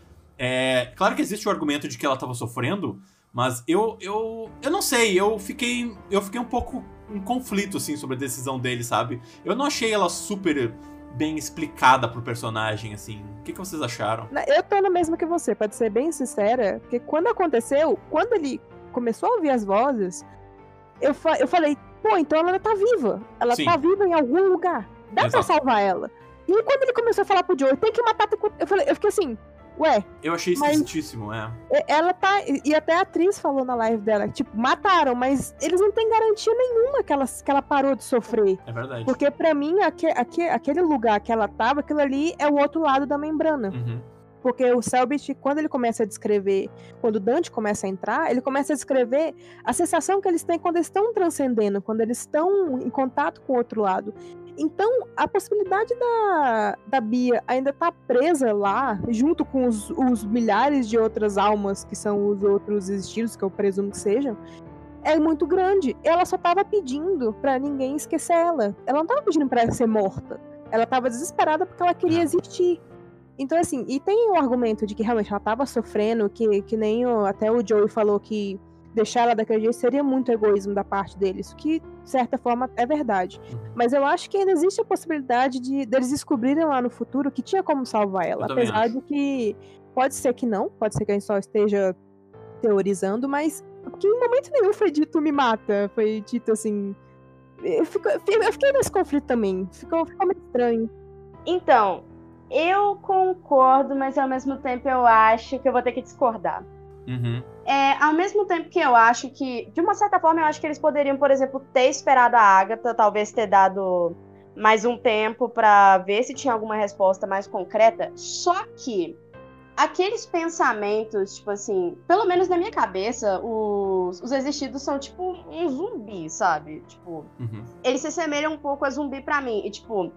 Claro que existe o argumento de que ela tava sofrendo, mas eu não sei, eu fiquei um pouco em conflito, assim, sobre a decisão dele, sabe? Eu não achei ela super bem explicada pro personagem, assim. O que vocês acharam? Eu tô no mesmo que você, pra ser bem sincera, porque quando aconteceu, quando ele começou a ouvir as vozes, eu falei, pô, então ela tá viva. Ela Sim. tá viva em algum lugar. Dá Exato. pra salvar ela. E quando ele começou a falar pro Joey, tem que matar... Eu fiquei assim, ué... Eu achei esquisitíssimo, Ela tá... E até a atriz falou na live dela, tipo, mataram, mas eles não têm garantia nenhuma que ela parou de sofrer. É verdade. Porque pra mim, aquele lugar que ela tava, aquilo ali é o outro lado da membrana. Uhum. Porque o Selbit, quando ele começa a descrever, quando o Dante começa a entrar, ele começa a descrever a sensação que eles têm quando eles estão transcendendo, quando eles estão em contato com o outro lado. Então, a possibilidade da Bia ainda estar presa lá, junto com os milhares de outras almas que são os outros estilos, que eu presumo que sejam, é muito grande. Ela só tava pedindo pra ninguém esquecer ela. Ela não tava pedindo pra ela ser morta. Ela tava desesperada porque ela queria existir. Então, assim, e tem o argumento de que realmente ela tava sofrendo, que nem até o Joey falou que deixar ela daquele jeito seria muito egoísmo da parte deles, que, de certa forma, é verdade. Mas eu acho que ainda existe a possibilidade deles descobrirem lá no futuro que tinha como salvar ela. Apesar de que pode ser que não, pode ser que a gente só esteja teorizando, mas que em momento nenhum foi dito me mata, foi dito assim... Eu fiquei nesse conflito também, ficou meio estranho. Então, eu concordo, mas ao mesmo tempo eu acho que eu vou ter que discordar. Uhum. Ao mesmo tempo que eu acho que, de uma certa forma, eu acho que eles poderiam, por exemplo, ter esperado a Agatha, talvez ter dado mais um tempo pra ver se tinha alguma resposta mais concreta. Só que aqueles pensamentos, tipo assim, pelo menos na minha cabeça, os existidos são tipo um zumbi, sabe? Tipo, eles se assemelham um pouco a zumbi pra mim. E, tipo,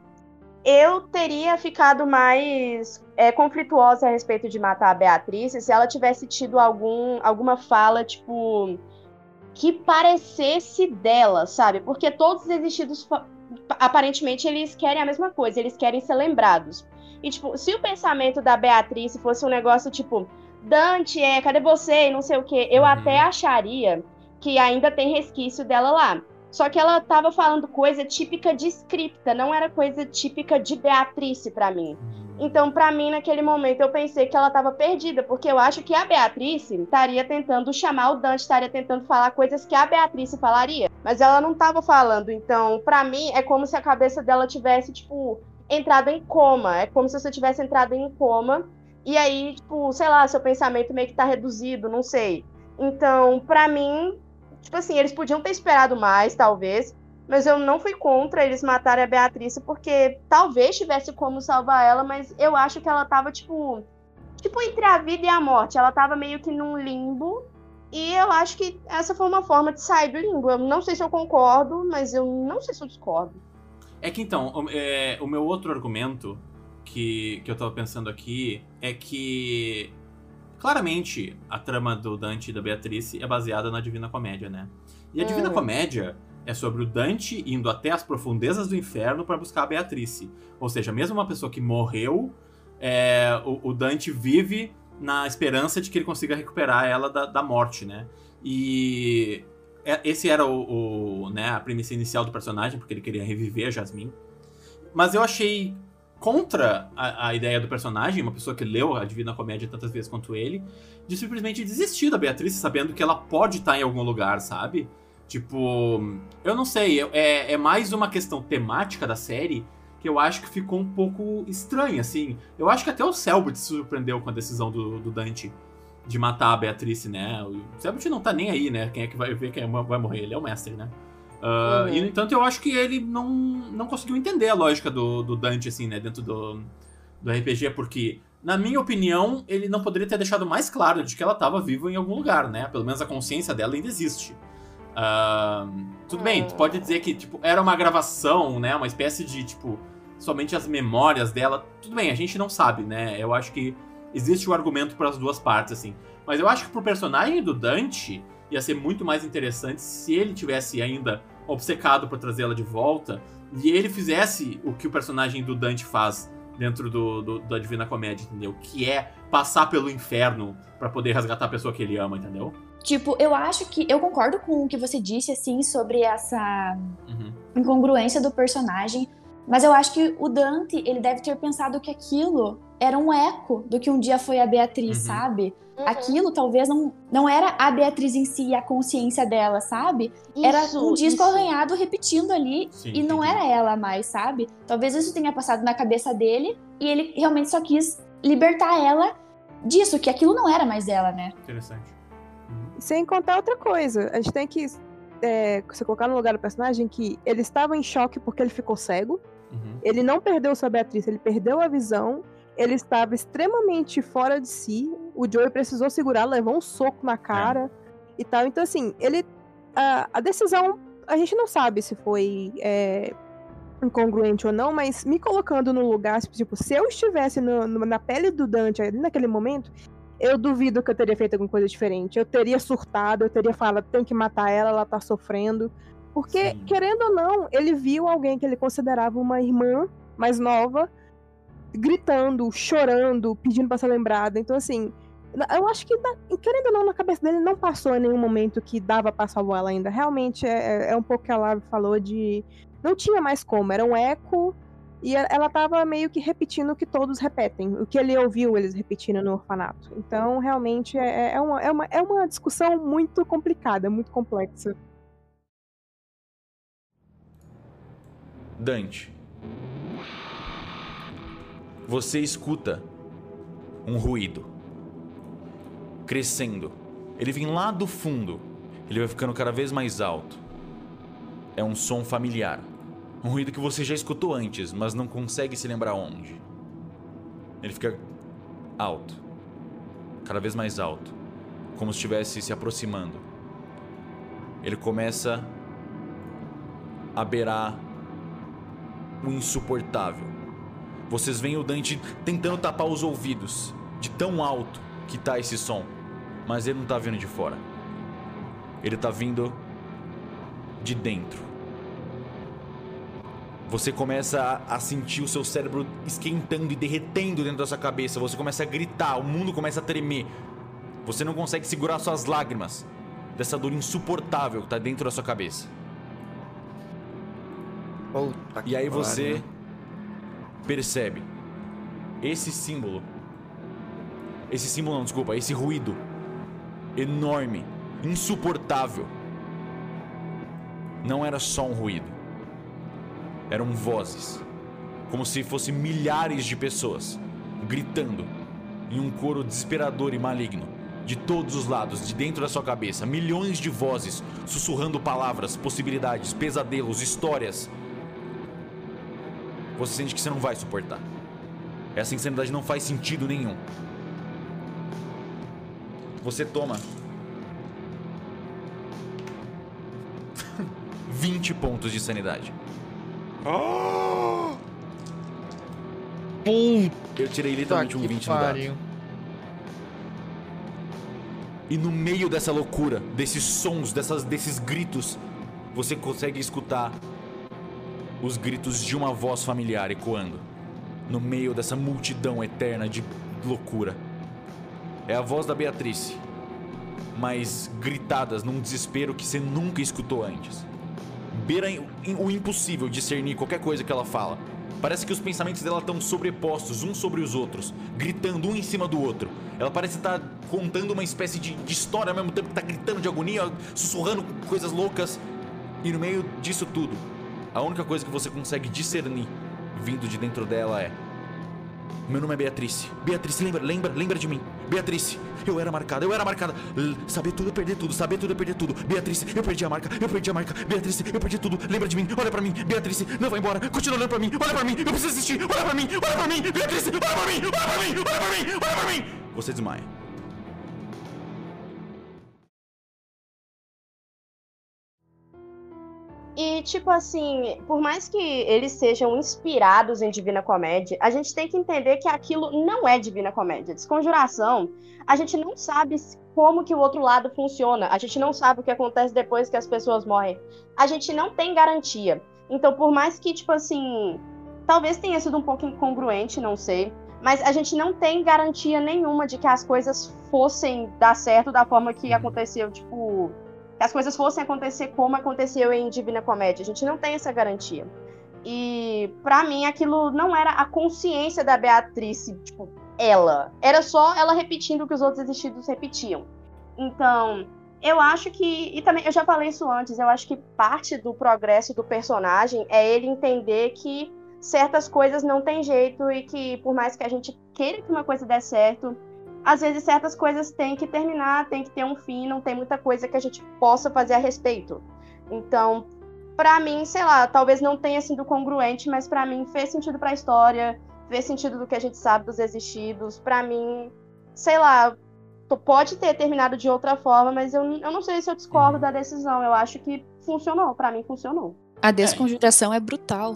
eu teria ficado mais conflituosa a respeito de matar a Beatriz se ela tivesse tido alguma fala, tipo, que parecesse dela, sabe? Porque todos os existidos, aparentemente, eles querem a mesma coisa, eles querem ser lembrados. E, tipo, se o pensamento da Beatriz fosse um negócio, tipo, Dante, cadê você? E não sei o quê, eu até acharia que ainda tem resquício dela lá. Só que ela tava falando coisa típica de scripta, não era coisa típica de Beatrice pra mim. Então, pra mim, naquele momento, eu pensei que ela tava perdida, porque eu acho que a Beatrice estaria tentando chamar o Dante, estaria tentando falar coisas que a Beatrice falaria. Mas ela não tava falando, então, pra mim, é como se a cabeça dela tivesse, tipo, entrado em coma. É como se você tivesse entrado em coma, e aí, tipo, sei lá, seu pensamento meio que tá reduzido, não sei. Então, pra mim... Tipo assim, eles podiam ter esperado mais, talvez, mas eu não fui contra eles matarem a Beatriz, porque talvez tivesse como salvar ela, mas eu acho que ela tava, tipo entre a vida e a morte. Ela tava meio que num limbo, e eu acho que essa foi uma forma de sair do limbo. Eu não sei se eu concordo, mas eu não sei se eu discordo. É que, então, o meu outro argumento que eu tava pensando aqui é que... Claramente, a trama do Dante e da Beatrice é baseada na Divina Comédia, né? E a Divina Comédia é sobre o Dante indo até as profundezas do inferno para buscar a Beatrice. Ou seja, mesmo uma pessoa que morreu, o Dante vive na esperança de que ele consiga recuperar ela da morte, né? E esse era né, a premissa inicial do personagem, porque ele queria reviver a Jasmine. Mas eu achei contra a ideia do personagem, uma pessoa que leu a Divina Comédia tantas vezes quanto ele, de simplesmente desistir da Beatriz, sabendo que ela pode estar em algum lugar, sabe? Tipo, eu não sei, é mais uma questão temática da série que eu acho que ficou um pouco estranha, assim. Eu acho que até o Selbit se surpreendeu com a decisão do Dante de matar a Beatrice, né? O Selbit não tá nem aí, né? Quem é que vai ver quem vai morrer? Ele é o mestre, né? E, no entanto, eu acho que ele não conseguiu entender a lógica do Dante, assim, né? Dentro do RPG, porque, na minha opinião, ele não poderia ter deixado mais claro de que ela estava viva em algum lugar, né? Pelo menos a consciência dela ainda existe. Tudo bem, tu pode dizer que, tipo, era uma gravação, né? Uma espécie de, tipo, somente as memórias dela. Tudo bem, a gente não sabe, né? Eu acho que existe o argumento para as duas partes, assim. Mas eu acho que pro personagem do Dante ia ser muito mais interessante se ele tivesse ainda obcecado por trazê-la de volta e ele fizesse o que o personagem do Dante faz dentro da Divina Comédia, entendeu? Que é passar pelo inferno pra poder resgatar a pessoa que ele ama, entendeu? Tipo, eu acho que... Eu concordo com o que você disse, assim, sobre essa incongruência do personagem, mas eu acho que o Dante, ele deve ter pensado que aquilo era um eco do que um dia foi a Beatriz, sabe? Aquilo talvez não era a Beatriz em si, a consciência dela, sabe? Era um disco arranhado repetindo ali, e não era ela mais, sabe? Talvez isso tenha passado na cabeça dele e ele realmente só quis libertar ela disso, que aquilo não era mais ela, né? Interessante. Sem contar outra coisa, a gente tem que se colocar no lugar do personagem que ele estava em choque porque ele ficou cego, ele não perdeu sua Beatriz, ele perdeu a visão, ele estava extremamente fora de si, o Joey precisou segurar, levou um soco na cara e tal, então assim, a decisão, a gente não sabe se foi incongruente ou não, mas me colocando no lugar, tipo, se eu estivesse na pele do Dante ali naquele momento, eu duvido que eu teria feito alguma coisa diferente. Eu teria surtado, eu teria falado, tem que matar ela, ela tá sofrendo. Porque, querendo ou não, ele viu alguém que ele considerava uma irmã mais nova, gritando, chorando, pedindo pra ser lembrada. Então, assim, eu acho que, querendo ou não, na cabeça dele não passou em nenhum momento que dava pra salvar ela ainda. Realmente, é um pouco que a Lavi falou de... Não tinha mais como, era um eco... E ela tava meio que repetindo o que todos repetem. O que ele ouviu eles repetindo no orfanato. Então, realmente, é uma discussão muito complicada, muito complexa. Dante. Você escuta um ruído. Crescendo. Ele vem lá do fundo. Ele vai ficando cada vez mais alto. É um som familiar. Um ruído que você já escutou antes, mas não consegue se lembrar onde. Ele fica alto. Cada vez mais alto. Como se estivesse se aproximando. Ele começa a beirar o insuportável. Vocês veem o Dante tentando tapar os ouvidos, de tão alto que tá esse som. Mas ele não tá vindo de fora. Ele tá vindo de dentro. Você começa a sentir o seu cérebro esquentando e derretendo dentro da sua cabeça. Você começa a gritar, o mundo começa a tremer. Você não consegue segurar suas lágrimas dessa dor insuportável que tá dentro da sua cabeça. E aí você percebe esse símbolo. Esse ruído enorme, insuportável. Não era só um ruído. Eram vozes, como se fossem milhares de pessoas, gritando, em um coro desesperador e maligno, de todos os lados, de dentro da sua cabeça, milhões de vozes, sussurrando palavras, possibilidades, pesadelos, histórias. Você sente que você não vai suportar. Essa insanidade não faz sentido nenhum. Você toma 20 pontos de sanidade. Eu tirei literalmente um 20 no dado. E no meio dessa loucura, desses sons, desses gritos, você consegue escutar os gritos de uma voz familiar ecoando no meio dessa multidão eterna de loucura. É a voz da Beatriz, mas gritadas num desespero que você nunca escutou antes. Beira o impossível discernir qualquer coisa que ela fala. Parece que os pensamentos dela estão sobrepostos uns sobre os outros, gritando um em cima do outro. Ela parece estar contando uma espécie de história ao mesmo tempo que está gritando de agonia, sussurrando coisas loucas. E no meio disso tudo, a única coisa que você consegue discernir vindo de dentro dela é: meu nome é Beatrice. Beatrice, lembra de mim. Beatrice, eu era marcada. Saber tudo é perder tudo. Beatrice, eu perdi a marca. Beatrice, eu perdi tudo. Lembra de mim, olha pra mim. Beatrice, não vai embora. Continua olhando pra mim. Olha pra mim, eu preciso assistir. Olha pra mim. Beatrice, olha pra mim. Você desmaia. E, tipo assim, por mais que eles sejam inspirados em Divina Comédia, a gente tem que entender que aquilo não é Divina Comédia. Desconjuração, a gente não sabe como que o outro lado funciona. A gente não sabe o que acontece depois que as pessoas morrem. A gente não tem garantia. Então, por mais que, tipo assim, talvez tenha sido um pouco incongruente, não sei, mas a gente não tem garantia nenhuma de que as coisas fossem dar certo da forma que aconteceu, tipo... que as coisas fossem acontecer como aconteceu em Divina Comédia. A gente não tem essa garantia. E, pra mim, aquilo não era a consciência da Beatrice, tipo, ela. Era só ela repetindo o que os outros existidos repetiam. Então, eu acho que... E também, eu já falei isso antes, eu acho que parte do progresso do personagem é ele entender que certas coisas não tem jeito e que, por mais que a gente queira que uma coisa dê certo, às vezes certas coisas têm que terminar, tem que ter um fim, não tem muita coisa que a gente possa fazer a respeito. Então, pra mim, sei lá, talvez não tenha sido congruente, mas pra mim fez sentido pra história, fez sentido do que a gente sabe dos existidos. Pra mim, sei lá, pode ter terminado de outra forma, mas eu não sei se eu discordo da decisão. Eu acho que funcionou, pra mim funcionou. A desconjuração é brutal.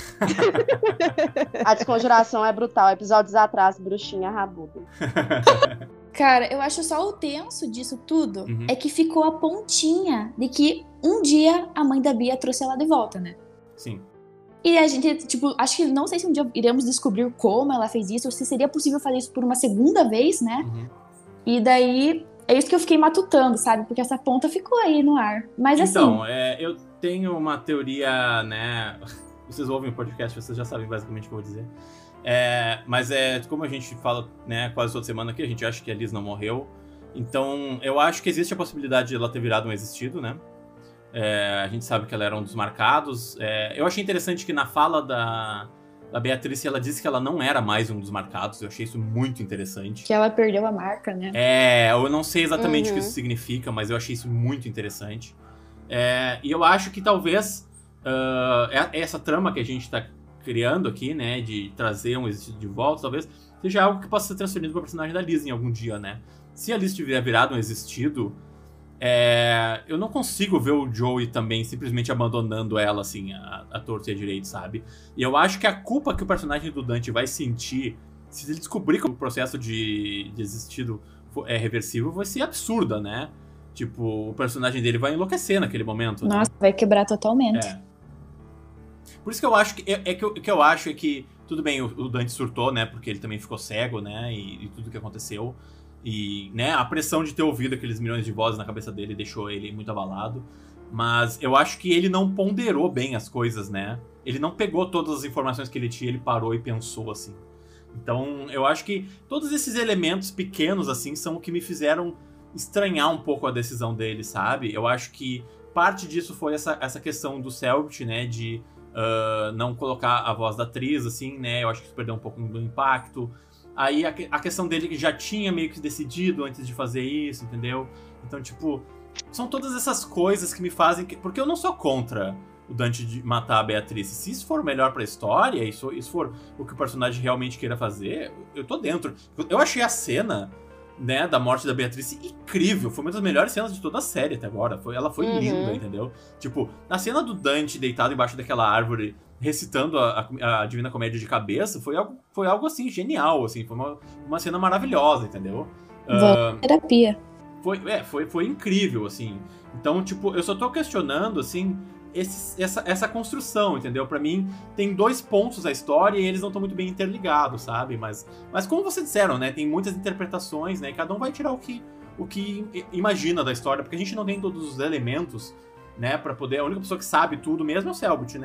A desconjuração é brutal. Episódios atrás, bruxinha rabuda. Cara, eu acho só o tenso disso tudo é que ficou a pontinha de que um dia a mãe da Bia trouxe ela de volta, né? Sim. E a gente, tipo, acho que não sei se um dia iremos descobrir como ela fez isso, ou se seria possível fazer isso por uma segunda vez, né? E daí, é isso que eu fiquei matutando, sabe? Porque essa ponta ficou aí no ar. Mas então, assim... eu tenho uma teoria, né? Vocês ouvem o podcast, vocês já sabem basicamente o que eu vou dizer. Mas como a gente fala, né, quase toda semana aqui, a gente acha que a Liz não morreu. Então, eu acho que existe a possibilidade de ela ter virado um existido, né? A gente sabe que ela era um dos marcados. Eu achei interessante que na fala da Beatrice, ela disse que ela não era mais um dos marcados. Eu achei isso muito interessante. Que ela perdeu a marca, né? Eu não sei exatamente o que isso significa, mas eu achei isso muito interessante. E eu acho que talvez essa trama que a gente tá criando aqui, né, de trazer um existido de volta, talvez seja algo que possa ser transferido para o personagem da Liz em algum dia, né? Se a Liz tiver virado um existido, eu não consigo ver o Joey também simplesmente abandonando ela, assim, a torta e a direito, sabe? E eu acho que a culpa que o personagem do Dante vai sentir se ele descobrir que o processo de existido é reversível vai ser absurda, né? Tipo, o personagem dele vai enlouquecer naquele momento. Nossa, né? Vai quebrar totalmente. Por isso que eu acho que eu acho que tudo bem, o Dante surtou, né? Porque ele também ficou cego, né? E tudo que aconteceu. E, né, a pressão de ter ouvido aqueles milhões de vozes na cabeça dele deixou ele muito abalado. Mas eu acho que ele não ponderou bem as coisas, né? Ele não pegou todas as informações que ele tinha, ele parou e pensou, assim. Então, eu acho que todos esses elementos pequenos, assim, são o que me fizeram estranhar um pouco a decisão dele, sabe? Eu acho que parte disso foi essa questão do Selbit, né? De não colocar a voz da atriz, assim, né? Eu acho que isso perdeu um pouco do impacto. Aí a questão dele que já tinha meio que decidido antes de fazer isso, entendeu? Então, tipo, são todas essas coisas que me fazem... Porque eu não sou contra o Dante de matar a Beatriz. Se isso for o melhor pra história, e isso for o que o personagem realmente queira fazer, eu tô dentro. Eu achei a cena, né, da morte da Beatriz incrível. Foi uma das melhores cenas de toda a série até agora. Ela foi linda, entendeu? Tipo, a cena do Dante deitado embaixo daquela árvore recitando a Divina Comédia de cabeça foi algo assim, genial, assim, foi uma cena maravilhosa, entendeu? Terapia. Foi incrível, assim. Então, tipo, eu só tô questionando, assim, essa construção, entendeu? Pra mim, tem dois pontos na história e eles não estão muito bem interligados, sabe? Mas como vocês disseram, né? Tem muitas interpretações, né? E cada um vai tirar o que imagina da história, porque a gente não tem todos os elementos, né? Pra poder... A única pessoa que sabe tudo mesmo é o Selbit, né?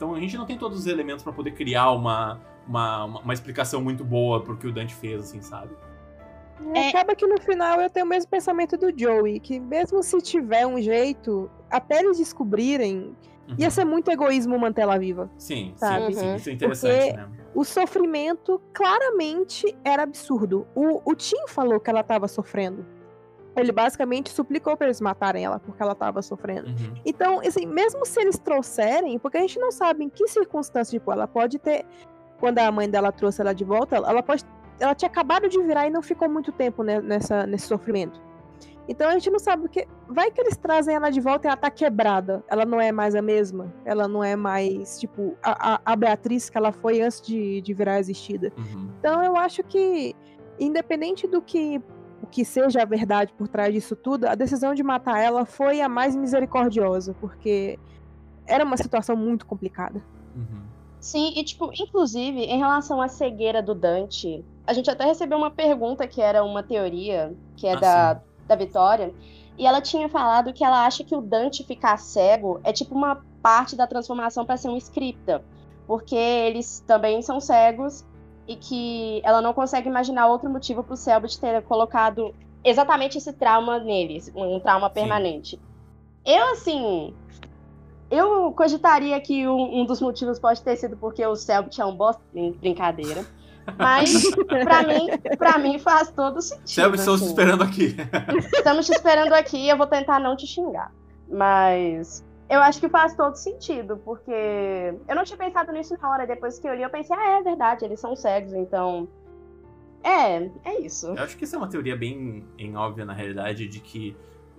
Então a gente não tem todos os elementos pra poder criar uma explicação muito boa pro que o Dante fez, assim, sabe? Acaba que no final eu tenho o mesmo pensamento do Joey, que mesmo se tiver um jeito, até eles descobrirem, ia ser muito egoísmo manter ela viva. Sim, sabe? sim, isso é interessante, Porque né? o sofrimento claramente era absurdo. O Tim falou que ela tava sofrendo. Ele basicamente suplicou pra eles matarem ela porque ela tava sofrendo. Então, assim, mesmo se eles trouxerem, porque a gente não sabe em que circunstância, tipo, ela pode ter, quando a mãe dela trouxe ela de volta, ela tinha acabado de virar e não ficou muito tempo nesse sofrimento. Então a gente não sabe, porque vai que eles trazem ela de volta e ela tá quebrada. Ela não é mais a mesma. Ela não é mais, tipo, a Beatriz que ela foi antes de virar existida. Então eu acho que, independente do que seja a verdade por trás disso tudo, a decisão de matar ela foi a mais misericordiosa, porque era uma situação muito complicada. Sim, e tipo, inclusive, em relação à cegueira do Dante, a gente até recebeu uma pergunta que era uma teoria, que é da Vitória, e ela tinha falado que ela acha que o Dante ficar cego é tipo uma parte da transformação para ser um scripta, porque eles também são cegos e que ela não consegue imaginar outro motivo pro Selbit ter colocado exatamente esse trauma neles, um trauma permanente. Eu cogitaria que um dos motivos pode ter sido porque o Selbit é um bosta, brincadeira. Mas, pra mim faz todo sentido. Selbit, estamos te esperando aqui. Estamos te esperando aqui, eu vou tentar não te xingar. Mas eu acho que faz todo sentido, porque eu não tinha pensado nisso na hora. Depois que eu li, eu pensei, é verdade, eles são cegos, então... É isso. Eu acho que isso é uma teoria bem óbvia, na realidade, de que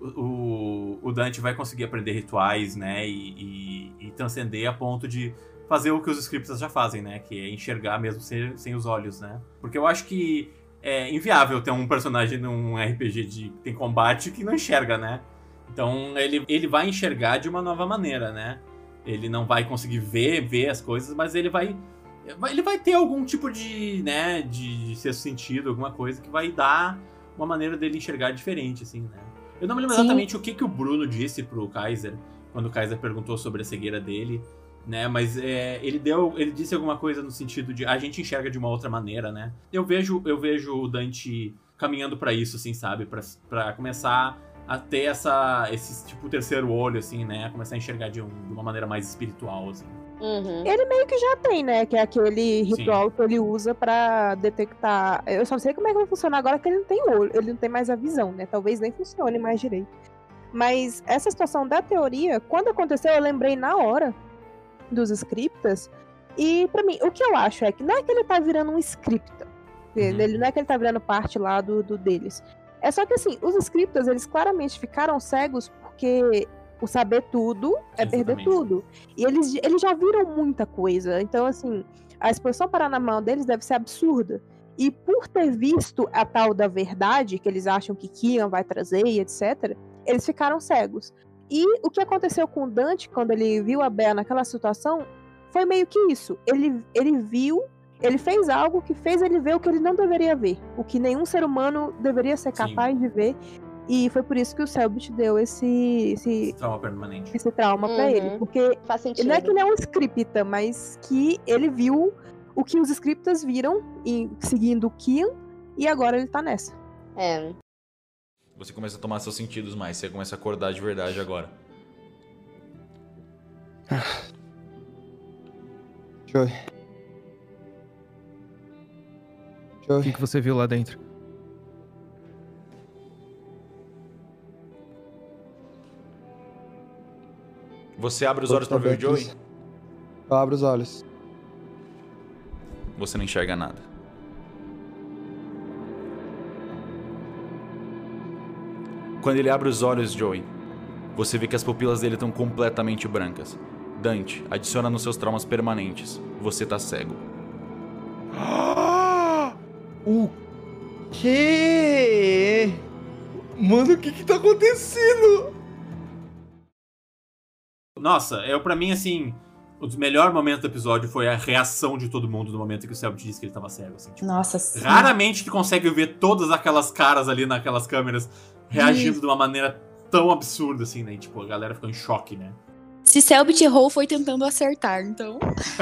o Dante vai conseguir aprender rituais, né, e transcender a ponto de fazer o que os scriptas já fazem, né, que é enxergar mesmo sem os olhos, né. Porque eu acho que é inviável ter um personagem num RPG que tem combate que não enxerga, né. Então ele vai enxergar de uma nova maneira, né. Ele não vai conseguir ver as coisas, mas ele vai ter algum tipo de, né, de sexto sentido, alguma coisa que vai dar uma maneira dele enxergar diferente, assim, né. Eu não me lembro exatamente o que o Bruno disse pro Kaiser, quando o Kaiser perguntou sobre a cegueira dele, né, mas ele disse alguma coisa no sentido de a gente enxerga de uma outra maneira, né. Eu vejo o Dante caminhando pra isso, assim, sabe, pra começar a ter esse tipo terceiro olho, assim, né, começar a enxergar de uma maneira mais espiritual, assim. Ele meio que já tem, né? Que é aquele ritual que ele usa pra detectar. Eu só não sei como é que vai funcionar agora que ele não tem olho, ele não tem mais a visão, né? Talvez nem funcione mais direito. Mas essa situação da teoria, quando aconteceu, eu lembrei na hora dos scriptas. E pra mim, o que eu acho é que não é que ele tá virando um scripta. Ele não é que ele tá virando parte lá do deles. É só que assim, os scriptas, eles claramente ficaram cegos porque o saber tudo é perder tudo. E eles já viram muita coisa. Então, assim, a exposição paranormal deles deve ser absurda. E por ter visto a tal da verdade, que eles acham que Kian vai trazer e etc., eles ficaram cegos. E o que aconteceu com o Dante, quando ele viu a Bea naquela situação, foi meio que isso. Ele viu, ele fez algo que fez ele ver o que ele não deveria ver. O que nenhum ser humano deveria ser capaz de ver. E foi por isso que o Selbit deu esse trauma permanente. Esse trauma pra ele. Porque faz sentido. Não é que ele é um scripta, mas que ele viu o que os scriptas viram seguindo o Kian, e agora ele tá nessa. Você começa a tomar seus sentidos mais, você começa a acordar de verdade agora. Joey. O que você viu lá dentro? Você abre os olhos pra ver o Joey? Eu abro os olhos. Você não enxerga nada. Quando ele abre os olhos, Joey, você vê que as pupilas dele estão completamente brancas. Dante, adiciona nos seus traumas permanentes. Você tá cego. O quê? Mano, o que tá acontecendo? Nossa, pra mim, assim, o melhor momento do episódio foi a reação de todo mundo no momento em que o Selbit disse que ele tava cego. Assim, tipo, Nossa, sim. Raramente tu consegue ver todas aquelas caras ali naquelas câmeras reagindo de uma maneira tão absurda, assim, né? E, tipo, a galera ficou em choque, né? Se Selbit errou, foi tentando acertar, então...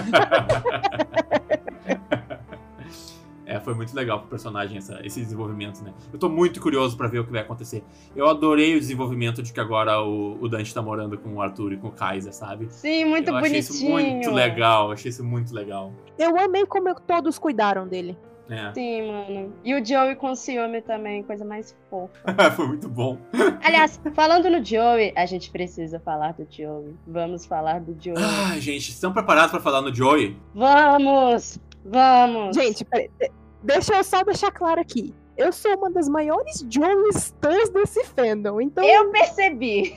Foi muito legal pro personagem esse desenvolvimento, né? Eu tô muito curioso pra ver o que vai acontecer. Eu adorei o desenvolvimento de que agora o Dante tá morando com o Arthur e com o Kaiser, sabe? Sim, muito bonitinho. Achei isso muito legal, achei isso muito legal. Eu amei como todos cuidaram dele. Sim, mano. E o Joey com o ciúme também, coisa mais fofa. Foi muito bom. Aliás, falando no Joey, a gente precisa falar do Joey. Vamos falar do Joey. Gente, estão preparados pra falar no Joey? Vamos! Gente, peraí. Deixa eu só deixar claro aqui. Eu sou uma das maiores Joey stans desse fandom, então... Eu percebi.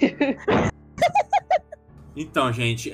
Então, gente,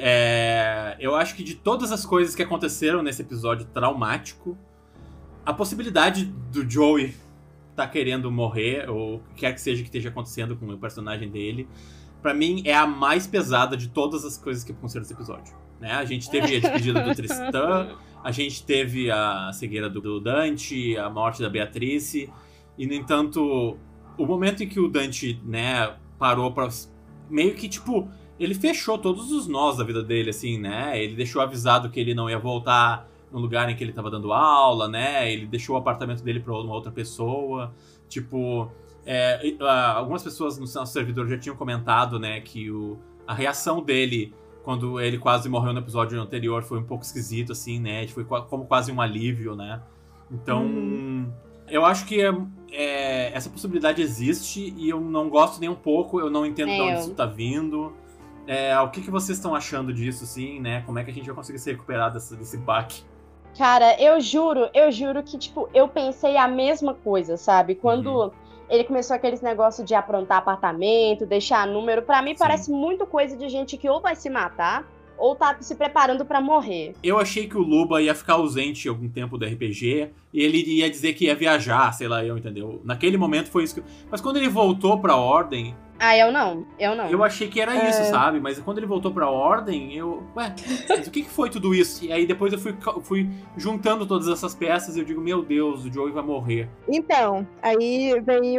eu acho que de todas as coisas que aconteceram nesse episódio traumático, a possibilidade do Joey tá querendo morrer, ou o que quer que seja que esteja acontecendo com o personagem dele, pra mim é a mais pesada de todas as coisas que aconteceram nesse episódio. Né? A gente teve a despedida do Tristan, a gente teve a cegueira do Dante, a morte da Beatrice, e no entanto, o momento em que o Dante, né, parou pra... meio que, tipo, ele fechou todos os nós da vida dele, assim, né? Ele deixou avisado que ele não ia voltar no lugar em que ele tava dando aula, né? Ele deixou o apartamento dele pra uma outra pessoa. Tipo, algumas pessoas no nosso servidor já tinham comentado, né, que a reação dele quando ele quase morreu no episódio anterior foi um pouco esquisito, assim, né? Foi como quase um alívio, né? Então, eu acho que essa possibilidade existe e eu não gosto nem um pouco, eu não entendo de onde isso tá vindo. O que vocês estão achando disso, assim, né? Como é que a gente vai conseguir se recuperar desse baque? Cara, eu juro que, tipo, eu pensei a mesma coisa, sabe? Quando ele começou aqueles negócios de aprontar apartamento, deixar número, pra mim parece muito coisa de gente que ou vai se matar, ou tá se preparando pra morrer. Eu achei que o Luba ia ficar ausente algum tempo do RPG, e ele ia dizer que ia viajar, sei lá, entendeu? Naquele momento foi isso que... Mas quando ele voltou pra Ordem... eu não. Eu achei que era isso, sabe? Mas quando ele voltou pra Ordem, mas o que foi tudo isso? E aí depois eu fui juntando todas essas peças e eu digo, meu Deus, o Joey vai morrer. Então, aí vem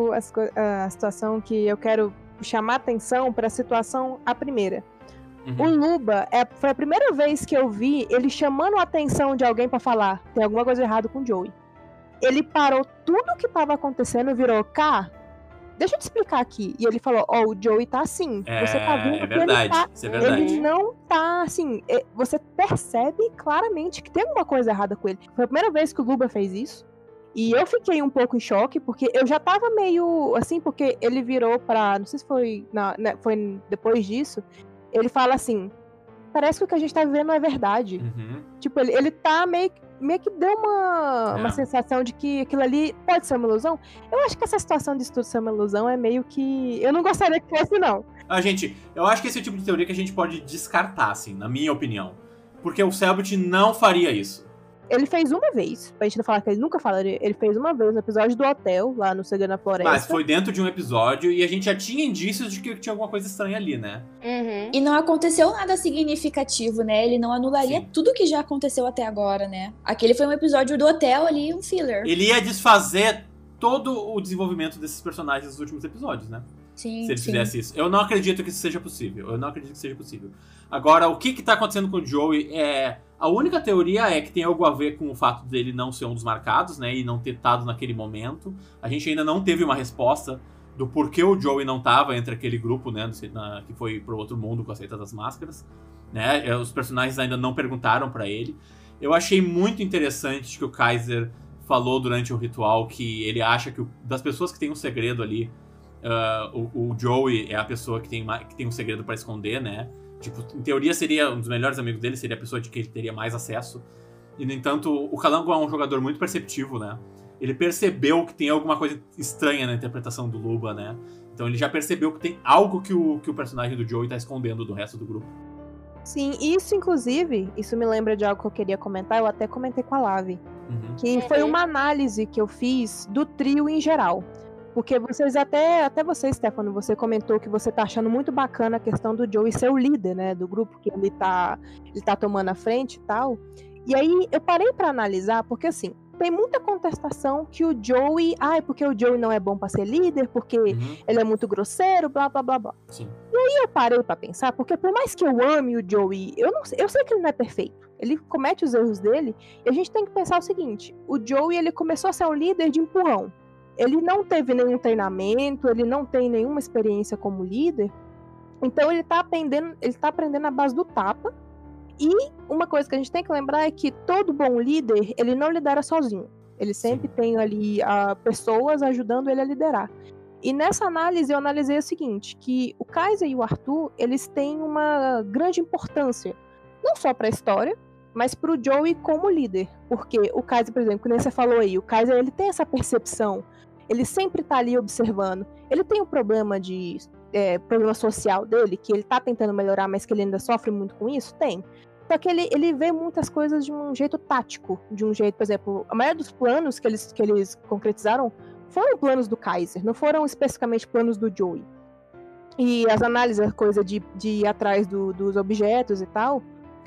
a situação que eu quero chamar atenção pra situação, a primeira. O Luba, foi a primeira vez que eu vi ele chamando a atenção de alguém pra falar, tem alguma coisa errada com o Joey. Ele parou tudo o que tava acontecendo e virou, deixa eu te explicar aqui. E ele falou, o Joey tá assim. Você tá vendo que verdade, isso é verdade. Ele não tá assim. Você percebe claramente que tem alguma coisa errada com ele. Foi a primeira vez que o Luba fez isso. E eu fiquei um pouco em choque, porque eu já tava meio assim, porque ele virou pra... Não sei se foi, foi depois disso. Ele fala assim, parece que o que a gente tá vivendo é verdade. Tipo, ele tá meio que deu uma sensação de que aquilo ali pode ser uma ilusão. Eu acho que essa situação de estudo ser uma ilusão é meio que... Eu não gostaria que fosse, não. Gente, eu acho que esse é o tipo de teoria que a gente pode descartar, assim, na minha opinião. Porque o Selbit não faria isso. Ele fez uma vez, pra gente não falar que ele nunca falaria, ele fez uma vez no episódio do hotel, lá no Segredo na Floresta. Mas foi dentro de um episódio e a gente já tinha indícios de que tinha alguma coisa estranha ali, né? E não aconteceu nada significativo, né? Ele não anularia tudo que já aconteceu até agora, né? Aquele foi um episódio do hotel ali, um filler. Ele ia desfazer todo o desenvolvimento desses personagens nos últimos episódios, né? Sim, se ele fizesse isso. Eu não acredito que isso seja possível. Agora, o que tá acontecendo com o Joey a única teoria é que tem algo a ver com o fato dele não ser um dos marcados, né? E não ter estado naquele momento. A gente ainda não teve uma resposta do porquê o Joey não tava entre aquele grupo, né? Que foi pro outro mundo com a Seita das Máscaras. Né? Os personagens ainda não perguntaram pra ele. Eu achei muito interessante que o Kaiser falou durante o ritual que ele acha que das pessoas que tem um segredo ali, o Joey é a pessoa que tem um segredo pra esconder, né? Tipo, em teoria seria um dos melhores amigos dele, seria a pessoa de que ele teria mais acesso. E, no entanto, o Calango é um jogador muito perceptivo, né? Ele percebeu que tem alguma coisa estranha na interpretação do Luba, né? Então ele já percebeu que tem algo que o personagem do Joey tá escondendo do resto do grupo. Isso me lembra de algo que eu queria comentar, eu até comentei com a Lavi. Que foi uma análise que eu fiz do trio em geral. Porque vocês, até você, Stefano, você comentou que você tá achando muito bacana a questão do Joey ser o líder, né, do grupo, que ele tá tomando a frente e tal. E aí eu parei pra analisar, porque assim, tem muita contestação que o Joey... é porque o Joey não é bom pra ser líder, porque ele é muito grosseiro, blá, blá, blá, blá. Sim. E aí eu parei pra pensar, porque por mais que eu ame o Joey, eu sei que ele não é perfeito. Ele comete os erros dele, e a gente tem que pensar o seguinte, o Joey, ele começou a ser um líder de empurrão. Ele não teve nenhum treinamento, ele não tem nenhuma experiência como líder, então ele tá aprendendo na base do tapa. E uma coisa que a gente tem que lembrar é que todo bom líder, ele não lidera sozinho. Ele sempre tem ali pessoas ajudando ele a liderar. E nessa análise eu analisei o seguinte, que o Kaiser e o Arthur, eles têm uma grande importância, não só para a história, mas para o Joey como líder. Porque o Kaiser, por exemplo, como você falou aí, o Kaiser, ele tem essa percepção, ele sempre tá ali observando. Ele tem um problema social dele, que ele tá tentando melhorar, mas que ele ainda sofre muito com isso? Tem. Só que ele vê muitas coisas de um jeito tático, de um jeito, por exemplo, a maioria dos planos que eles concretizaram foram planos do Kaiser, não foram especificamente planos do Joey. E as análises, a coisa de ir atrás dos objetos e tal,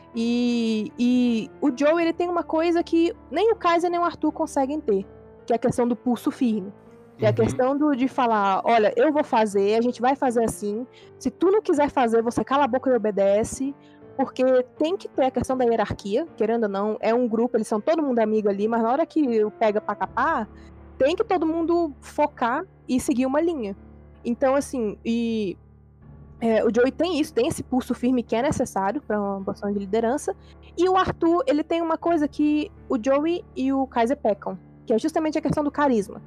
e o Joey, ele tem uma coisa que nem o Kaiser nem o Arthur conseguem ter, que é a questão do pulso firme. Que é a questão de falar, olha, eu vou fazer, a gente vai fazer assim, se tu não quiser fazer, você cala a boca e obedece, porque tem que ter a questão da hierarquia, querendo ou não, é um grupo, eles são todo mundo amigo ali, mas na hora que pega pra capar, tem que todo mundo focar e seguir uma linha. Então, assim, o Joey tem isso, tem esse pulso firme que é necessário para uma posição de liderança, e o Arthur, ele tem uma coisa que o Joey e o Kaiser pecam, que é justamente a questão do carisma.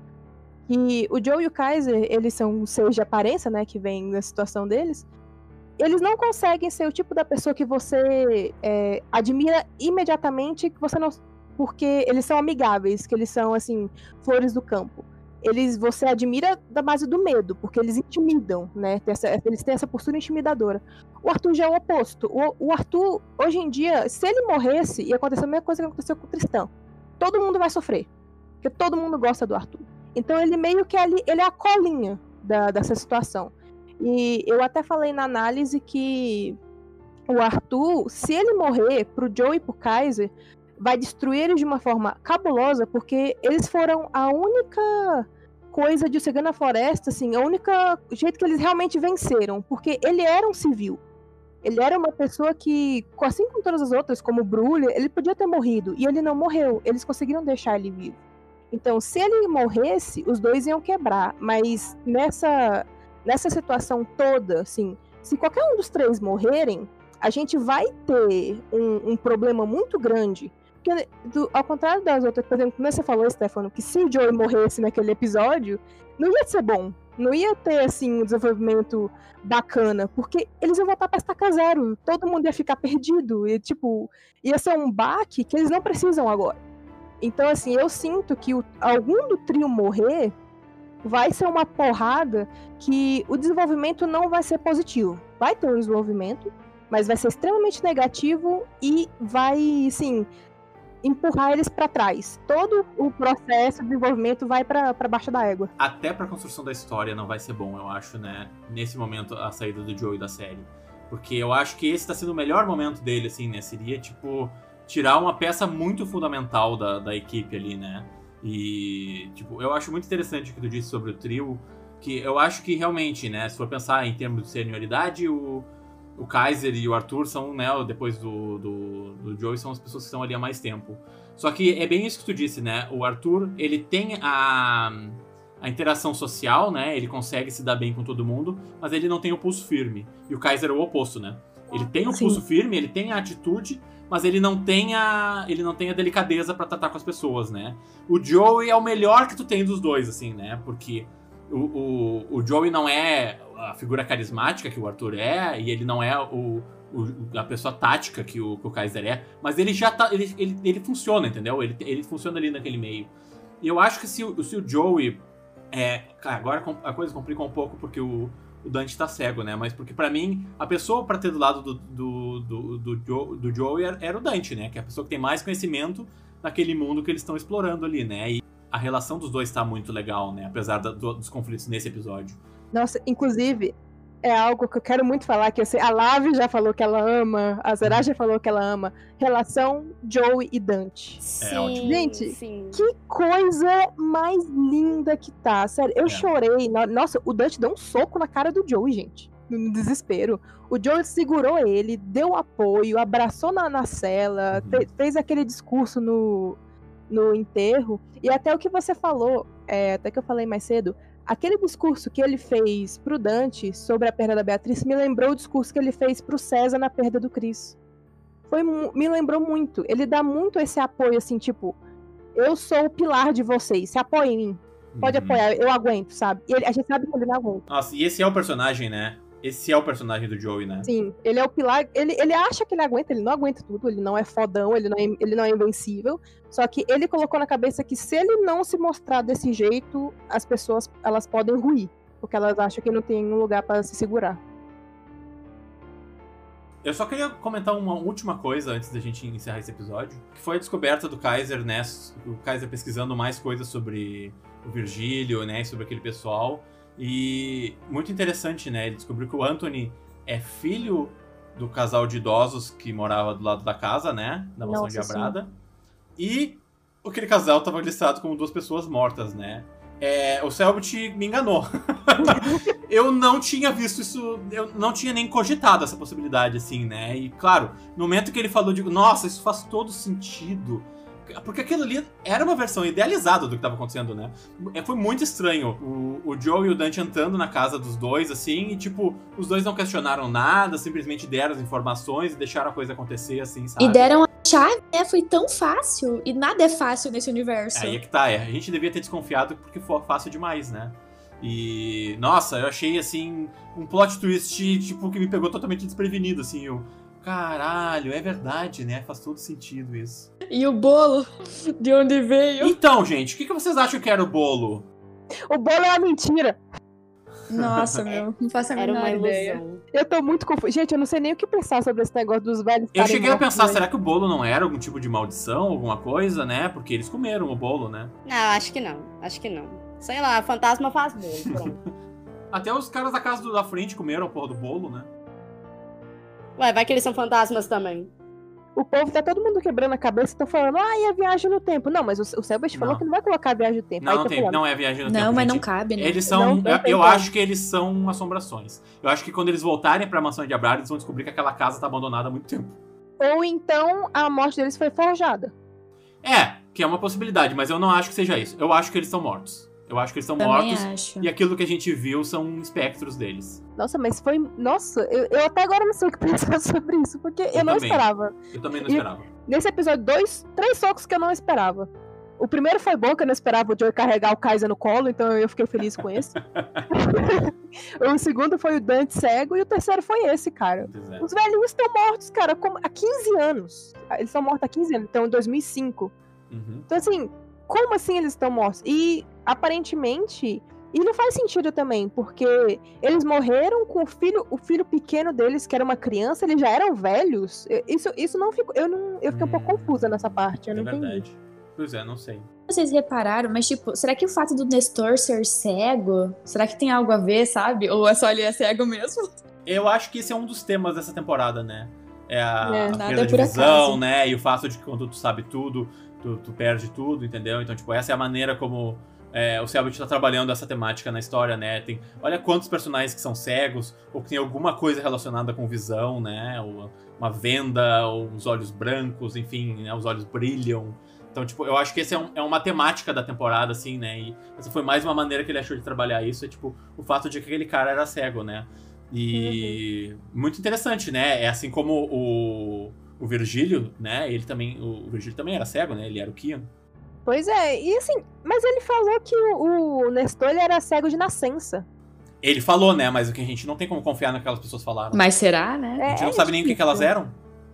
E o Joey e o Kaiser, eles são seres de aparência, né, que vem da situação deles, eles não conseguem ser o tipo da pessoa que você admira imediatamente, que você não, porque eles são amigáveis, que eles são, assim, flores do campo. Você admira da base do medo, porque eles intimidam, né? Eles têm essa postura intimidadora. O Arthur já é o oposto. O Arthur, hoje em dia, se ele morresse, ia acontecer a mesma coisa que aconteceu com o Tristão. Todo mundo vai sofrer, porque todo mundo gosta do Arthur. Então ele meio que ele é a colinha dessa situação. E eu até falei na análise que o Arthur, se ele morrer pro Joey e pro Kaiser, vai destruir eles de uma forma cabulosa, porque eles foram a única coisa de Cegando a Floresta, assim, a única jeito que eles realmente venceram, porque ele era um civil. Ele era uma pessoa que, assim como todas as outras, como o Brulha, ele podia ter morrido, e ele não morreu, eles conseguiram deixar ele vivo. Então, se ele morresse, os dois iam quebrar, mas nessa situação toda, assim, se qualquer um dos três morrerem, a gente vai ter um problema muito grande. Porque, ao contrário das outras, por exemplo, como você falou, Stefano, que se o Joey morresse naquele episódio, não ia ser bom. Não ia ter, assim, um desenvolvimento bacana, porque eles iam voltar pra estaca zero. Todo mundo ia ficar perdido. E, tipo, ia ser um baque que eles não precisam agora. Então, assim, eu sinto que algum do trio morrer vai ser uma porrada que o desenvolvimento não vai ser positivo. Vai ter um desenvolvimento, mas vai ser extremamente negativo e vai, assim, empurrar eles pra trás. Todo o processo de desenvolvimento vai pra baixo da égua. Até pra construção da história não vai ser bom, eu acho, né? Nesse momento, a saída do Joey da série. Porque eu acho que esse tá sendo o melhor momento dele, assim, né? Seria, tipo, tirar uma peça muito fundamental da equipe ali, né? E, tipo, eu acho muito interessante o que tu disse sobre o trio, que eu acho que realmente, né, se for pensar em termos de senioridade, o Kaiser e o Arthur são, né, depois do Joey, são as pessoas que estão ali há mais tempo. Só que é bem isso que tu disse, né, o Arthur, ele tem a interação social, né, ele consegue se dar bem com todo mundo, mas ele não tem o pulso firme. E o Kaiser é o oposto, né? Ele tem o pulso firme, ele tem a atitude, mas ele não tem a delicadeza pra tratar com as pessoas, né? O Joey é o melhor que tu tem dos dois, assim, né? Porque o Joey não é a figura carismática que o Arthur é, e ele não é a pessoa tática que o Kaiser é, mas ele já tá, ele funciona, entendeu? Ele funciona ali naquele meio. E eu acho que se o Joey... agora a coisa complica um pouco porque o Dante tá cego, né? Mas porque pra mim, a pessoa pra ter do lado do Joey era o Dante, né? Que é a pessoa que tem mais conhecimento naquele mundo que eles estão explorando ali, né? E a relação dos dois tá muito legal, né? Apesar dos conflitos nesse episódio. Nossa, inclusive, é algo que eu quero muito falar, que eu sei, a Lavi já falou que ela ama, a Zera já falou que ela ama, relação Joey e Dante. Sim, Gente, sim. que coisa mais linda que tá, sério, eu chorei, nossa, o Dante deu um soco na cara do Joey, gente, no desespero. O Joey segurou ele, deu apoio, abraçou na cela, fez aquele discurso no enterro, e até o que você falou, até que eu falei mais cedo, aquele discurso que ele fez pro Dante sobre a perda da Beatriz me lembrou o discurso que ele fez pro César na perda do Chris. Me lembrou muito. Ele dá muito esse apoio, assim, tipo, eu sou o pilar de vocês, se apoiem em mim. Pode apoiar, eu aguento, sabe? E a gente sabe que ele não aguenta. Nossa, e esse é o personagem, né? Esse é o personagem do Joey, né? Sim, ele é o pilar. Ele acha que ele aguenta, ele não aguenta tudo, ele não é fodão, ele não é invencível. Só que ele colocou na cabeça que se ele não se mostrar desse jeito, as pessoas elas podem ruir. Porque elas acham que não tem um lugar para se segurar. Eu só queria comentar uma última coisa antes da gente encerrar esse episódio. Que foi a descoberta do Kaiser, né? O Kaiser pesquisando mais coisas sobre o Virgílio, né? Sobre aquele pessoal. E muito interessante, né? Ele descobriu que o Anthony é filho do casal de idosos que morava do lado da casa, né? Da mansão de Abrada. E aquele casal estava listado como 2 pessoas mortas, né? O Selbit me enganou. Eu não tinha visto isso, eu não tinha nem cogitado essa possibilidade, assim, né? E, claro, no momento que ele falou, eu digo, nossa, isso faz todo sentido. Porque aquilo ali era uma versão idealizada do que estava acontecendo, né? Foi muito estranho o Joe e o Dante entrando na casa dos dois, assim, e tipo, os dois não questionaram nada, simplesmente deram as informações e deixaram a coisa acontecer, assim, sabe? E deram a chave, né? Foi tão fácil. E nada é fácil nesse universo. Aí é que tá, a gente devia ter desconfiado porque foi fácil demais, né? E, nossa, eu achei, assim, um plot twist, tipo, que me pegou totalmente desprevenido, assim, caralho, é verdade, né? Faz todo sentido isso. E o bolo? De onde veio? Então, gente, o que vocês acham que era o bolo? O bolo é uma mentira. Nossa, meu, não faço a menor ideia. Eu tô muito confusa. Gente, eu não sei nem o que pensar sobre esse negócio dos velhos. Eu cheguei a pensar, será que o bolo não era algum tipo de maldição, alguma coisa, né? Porque eles comeram o bolo, né? Não, acho que não. Sei lá, fantasma faz bolo, pronto. Até os caras da casa da frente comeram a porra do bolo, né? Ué, vai que eles são fantasmas também. O povo tá todo mundo quebrando a cabeça e tá falando, e a viagem no tempo. Não, mas o Selbit falou que não vai colocar a viagem no tempo. Não é a viagem no tempo. Não, mas gente. não cabe, né? Eles são. Eu acho que eles são assombrações. Eu acho que quando eles voltarem pra mansão de Abrada, eles vão descobrir que aquela casa tá abandonada há muito tempo. Ou então a morte deles foi forjada. Que é uma possibilidade, mas eu não acho que seja isso. Eu acho que eles estão mortos. Eu acho que eles estão mortos. Acho. E aquilo que a gente viu são espectros deles. Nossa, mas foi... Nossa, eu até agora não sei o que pensar sobre isso, porque eu não esperava. Eu também não esperava. Nesse episódio, 3 socos que eu não esperava. O primeiro foi bom, que eu não esperava o Joey carregar o Kaiser no colo, então eu fiquei feliz com esse. O segundo foi o Dante cego, e o terceiro foi esse, cara. Os velhinhos estão mortos, cara, há 15 anos. Eles estão mortos há 15 anos, então em 2005. Então, assim, como assim eles estão mortos? E, aparentemente... E não faz sentido também, porque eles morreram com o filho pequeno deles, que era uma criança, eles já eram velhos. Isso não ficou... Eu fiquei um pouco confusa nessa parte, eu não entendi. Pois é, não sei. Vocês repararam, mas tipo, será que o fato do Nestor ser cego, será que tem algo a ver, sabe? Ou é só ele é cego mesmo? Eu acho que esse é um dos temas dessa temporada, né? A perda de por visão, acaso. né? E o fato de que quando tu sabe tudo, tu perde tudo, entendeu? Então, tipo, essa é a maneira como o Selbit tá trabalhando essa temática na história, né? Olha quantos personagens que são cegos, ou que tem alguma coisa relacionada com visão, né? Ou uma venda, ou os olhos brancos, enfim, né? Os olhos brilham. Então, tipo, eu acho que esse é uma temática da temporada, assim, né? E essa foi mais uma maneira que ele achou de trabalhar isso, tipo, o fato de que aquele cara era cego, né? E muito interessante, né? É assim como o Virgílio, né? O Virgílio também era cego, né? Ele era o Kian. Pois é, e assim, mas ele falou que o Nestor ele era cego de nascença. Ele falou, né? Mas o que a gente não tem como confiar naquelas pessoas falaram. Mas será, né? A gente não sabe nem o que elas eram.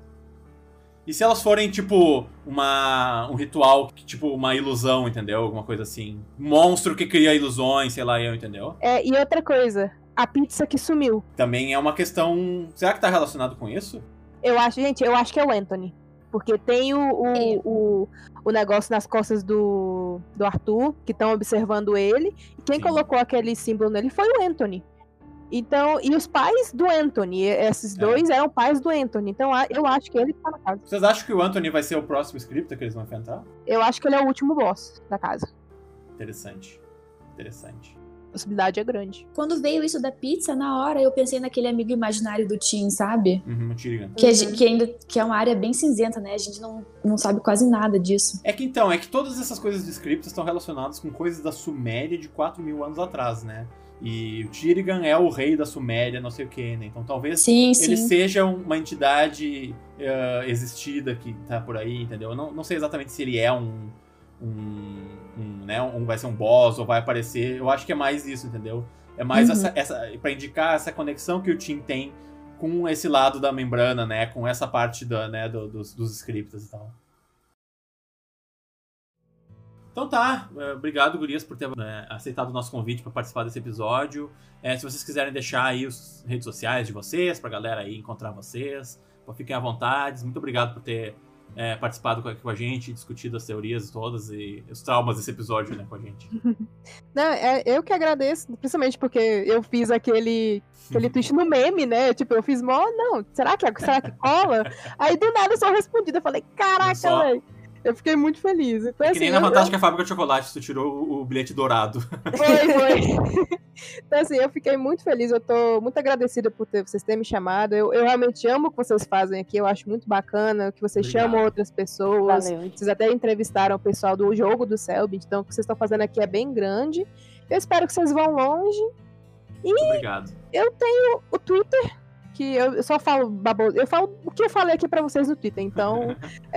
E se elas forem, tipo, um ritual, tipo, uma ilusão, entendeu? Alguma coisa assim. Um monstro que cria ilusões, sei lá, entendeu? E outra coisa, a pizza que sumiu. Também é uma questão... Será que tá relacionado com isso? Eu acho que é o Anthony. Porque tem o negócio nas costas do Arthur, que estão observando ele. E quem colocou aquele símbolo nele foi o Anthony. Então, e os pais do Anthony, esses dois eram pais do Anthony. Então, eu acho que ele tá na casa. Vocês acham que o Anthony vai ser o próximo script que eles vão enfrentar? Eu acho que ele é o último boss da casa. Interessante. A possibilidade é grande. Quando veio isso da pizza, na hora eu pensei naquele amigo imaginário do Tim, sabe? O Tyrion. Que é uma área bem cinzenta, né? A gente não sabe quase nada disso. É que todas essas coisas de scripts estão relacionadas com coisas da Suméria de 4.000 anos atrás, né? E o Tyrion é o rei da Suméria, não sei o que, né? Então talvez ele seja uma entidade existida que tá por aí, entendeu? Eu não sei exatamente se ele é vai ser um boss ou vai aparecer. Eu acho que é mais isso, entendeu? É mais essa pra indicar essa conexão que o Tim tem com esse lado da membrana, né? Com essa parte dos scripts e tal. Então tá, obrigado, gurias, por ter aceitado o nosso convite para participar desse episódio. Se vocês quiserem deixar aí as redes sociais de vocês, pra galera aí encontrar vocês, fiquem à vontade. Muito obrigado por ter participado com a gente, discutido as teorias todas e os traumas desse episódio, né, com a gente. Não, eu que agradeço, principalmente porque eu fiz aquele tweet no meme, né? Tipo, eu fiz será que cola? Aí do nada eu só respondi, eu falei, caraca, velho. Eu fiquei muito feliz. Então, que nem na Fantástica Fábrica de Chocolate, tu tirou o bilhete dourado. Foi. Então, assim, eu fiquei muito feliz. Eu tô muito agradecida por vocês terem me chamado. Eu realmente amo o que vocês fazem aqui. Eu acho muito bacana que vocês chamam outras pessoas. Valeu. Vocês até entrevistaram o pessoal do jogo do Selbit. Então, o que vocês estão fazendo aqui é bem grande. Eu espero que vocês vão longe. E obrigado. Eu tenho o Twitter, que eu só falo baboso. Eu falo o que eu falei aqui pra vocês no Twitter. Então,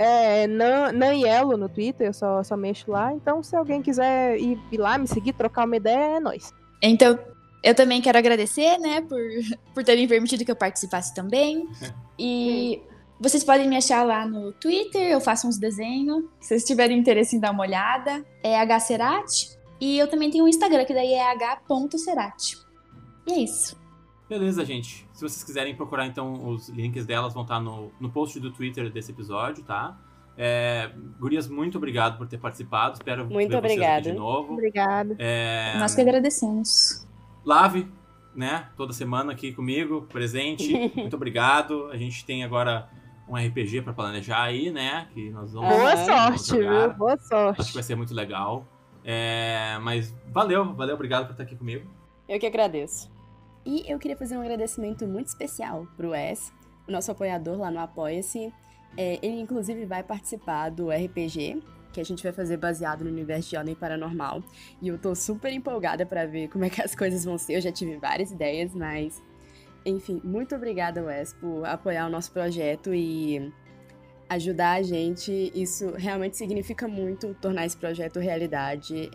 Nanielo no Twitter, eu só mexo lá. Então, se alguém quiser ir lá, me seguir, trocar uma ideia, é nóis. Então, eu também quero agradecer, né, por terem permitido que eu participasse também. E vocês podem me achar lá no Twitter, eu faço uns desenhos. Se vocês tiverem interesse em dar uma olhada, é hcerati. E eu também tenho um Instagram, que daí é h.cerati. E é isso. Beleza, gente. Se vocês quiserem procurar, então, os links delas vão estar no post do Twitter desse episódio, tá? Gurias, muito obrigado por ter participado. Espero ver vocês aqui de novo. Obrigada. Nós que agradecemos. Lave, né? Toda semana aqui comigo, presente. Muito obrigado. A gente tem agora um RPG pra planejar aí, né? Que nós vamos Boa sorte, viu? Boa sorte. Acho que vai ser muito legal. Mas valeu, obrigado por estar aqui comigo. Eu que agradeço. E eu queria fazer um agradecimento muito especial pro Wes, o nosso apoiador lá no Apoia-se. Ele, inclusive, vai participar do RPG, que a gente vai fazer baseado no universo de Ordem Paranormal. E eu tô super empolgada pra ver como é que as coisas vão ser. Eu já tive várias ideias, mas... Enfim, muito obrigada, Wes, por apoiar o nosso projeto e ajudar a gente. Isso realmente significa muito, tornar esse projeto realidade.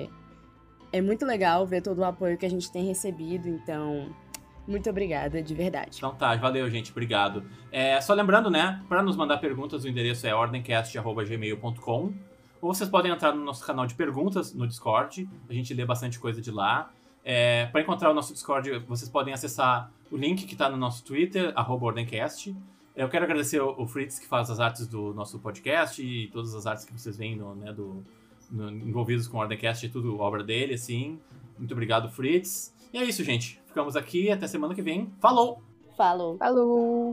É muito legal ver todo o apoio que a gente tem recebido, então, muito obrigada, de verdade. Então tá, valeu, gente, obrigado. Só lembrando, né, para nos mandar perguntas, o endereço é ordemcast@gmail.com, ou vocês podem entrar no nosso canal de perguntas no Discord, a gente lê bastante coisa de lá. Para encontrar o nosso Discord, vocês podem acessar o link que tá no nosso Twitter, @ordemcast. Eu quero agradecer o Fritz, que faz as artes do nosso podcast e todas as artes que vocês veem envolvidos com o Ordemcast, é tudo obra dele, assim. Muito obrigado, Fritz. E é isso, gente. Ficamos aqui, até semana que vem. Falou! Falou! Falou!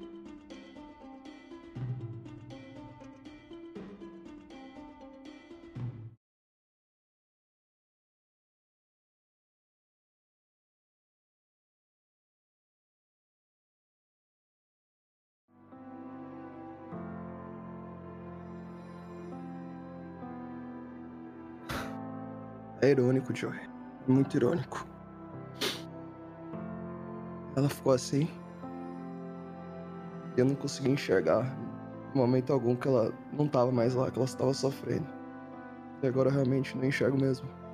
É irônico, Joy. Muito irônico. Ela ficou assim. E eu não consegui enxergar em momento algum que ela não tava mais lá, que ela estava sofrendo. E agora eu realmente não enxergo mesmo.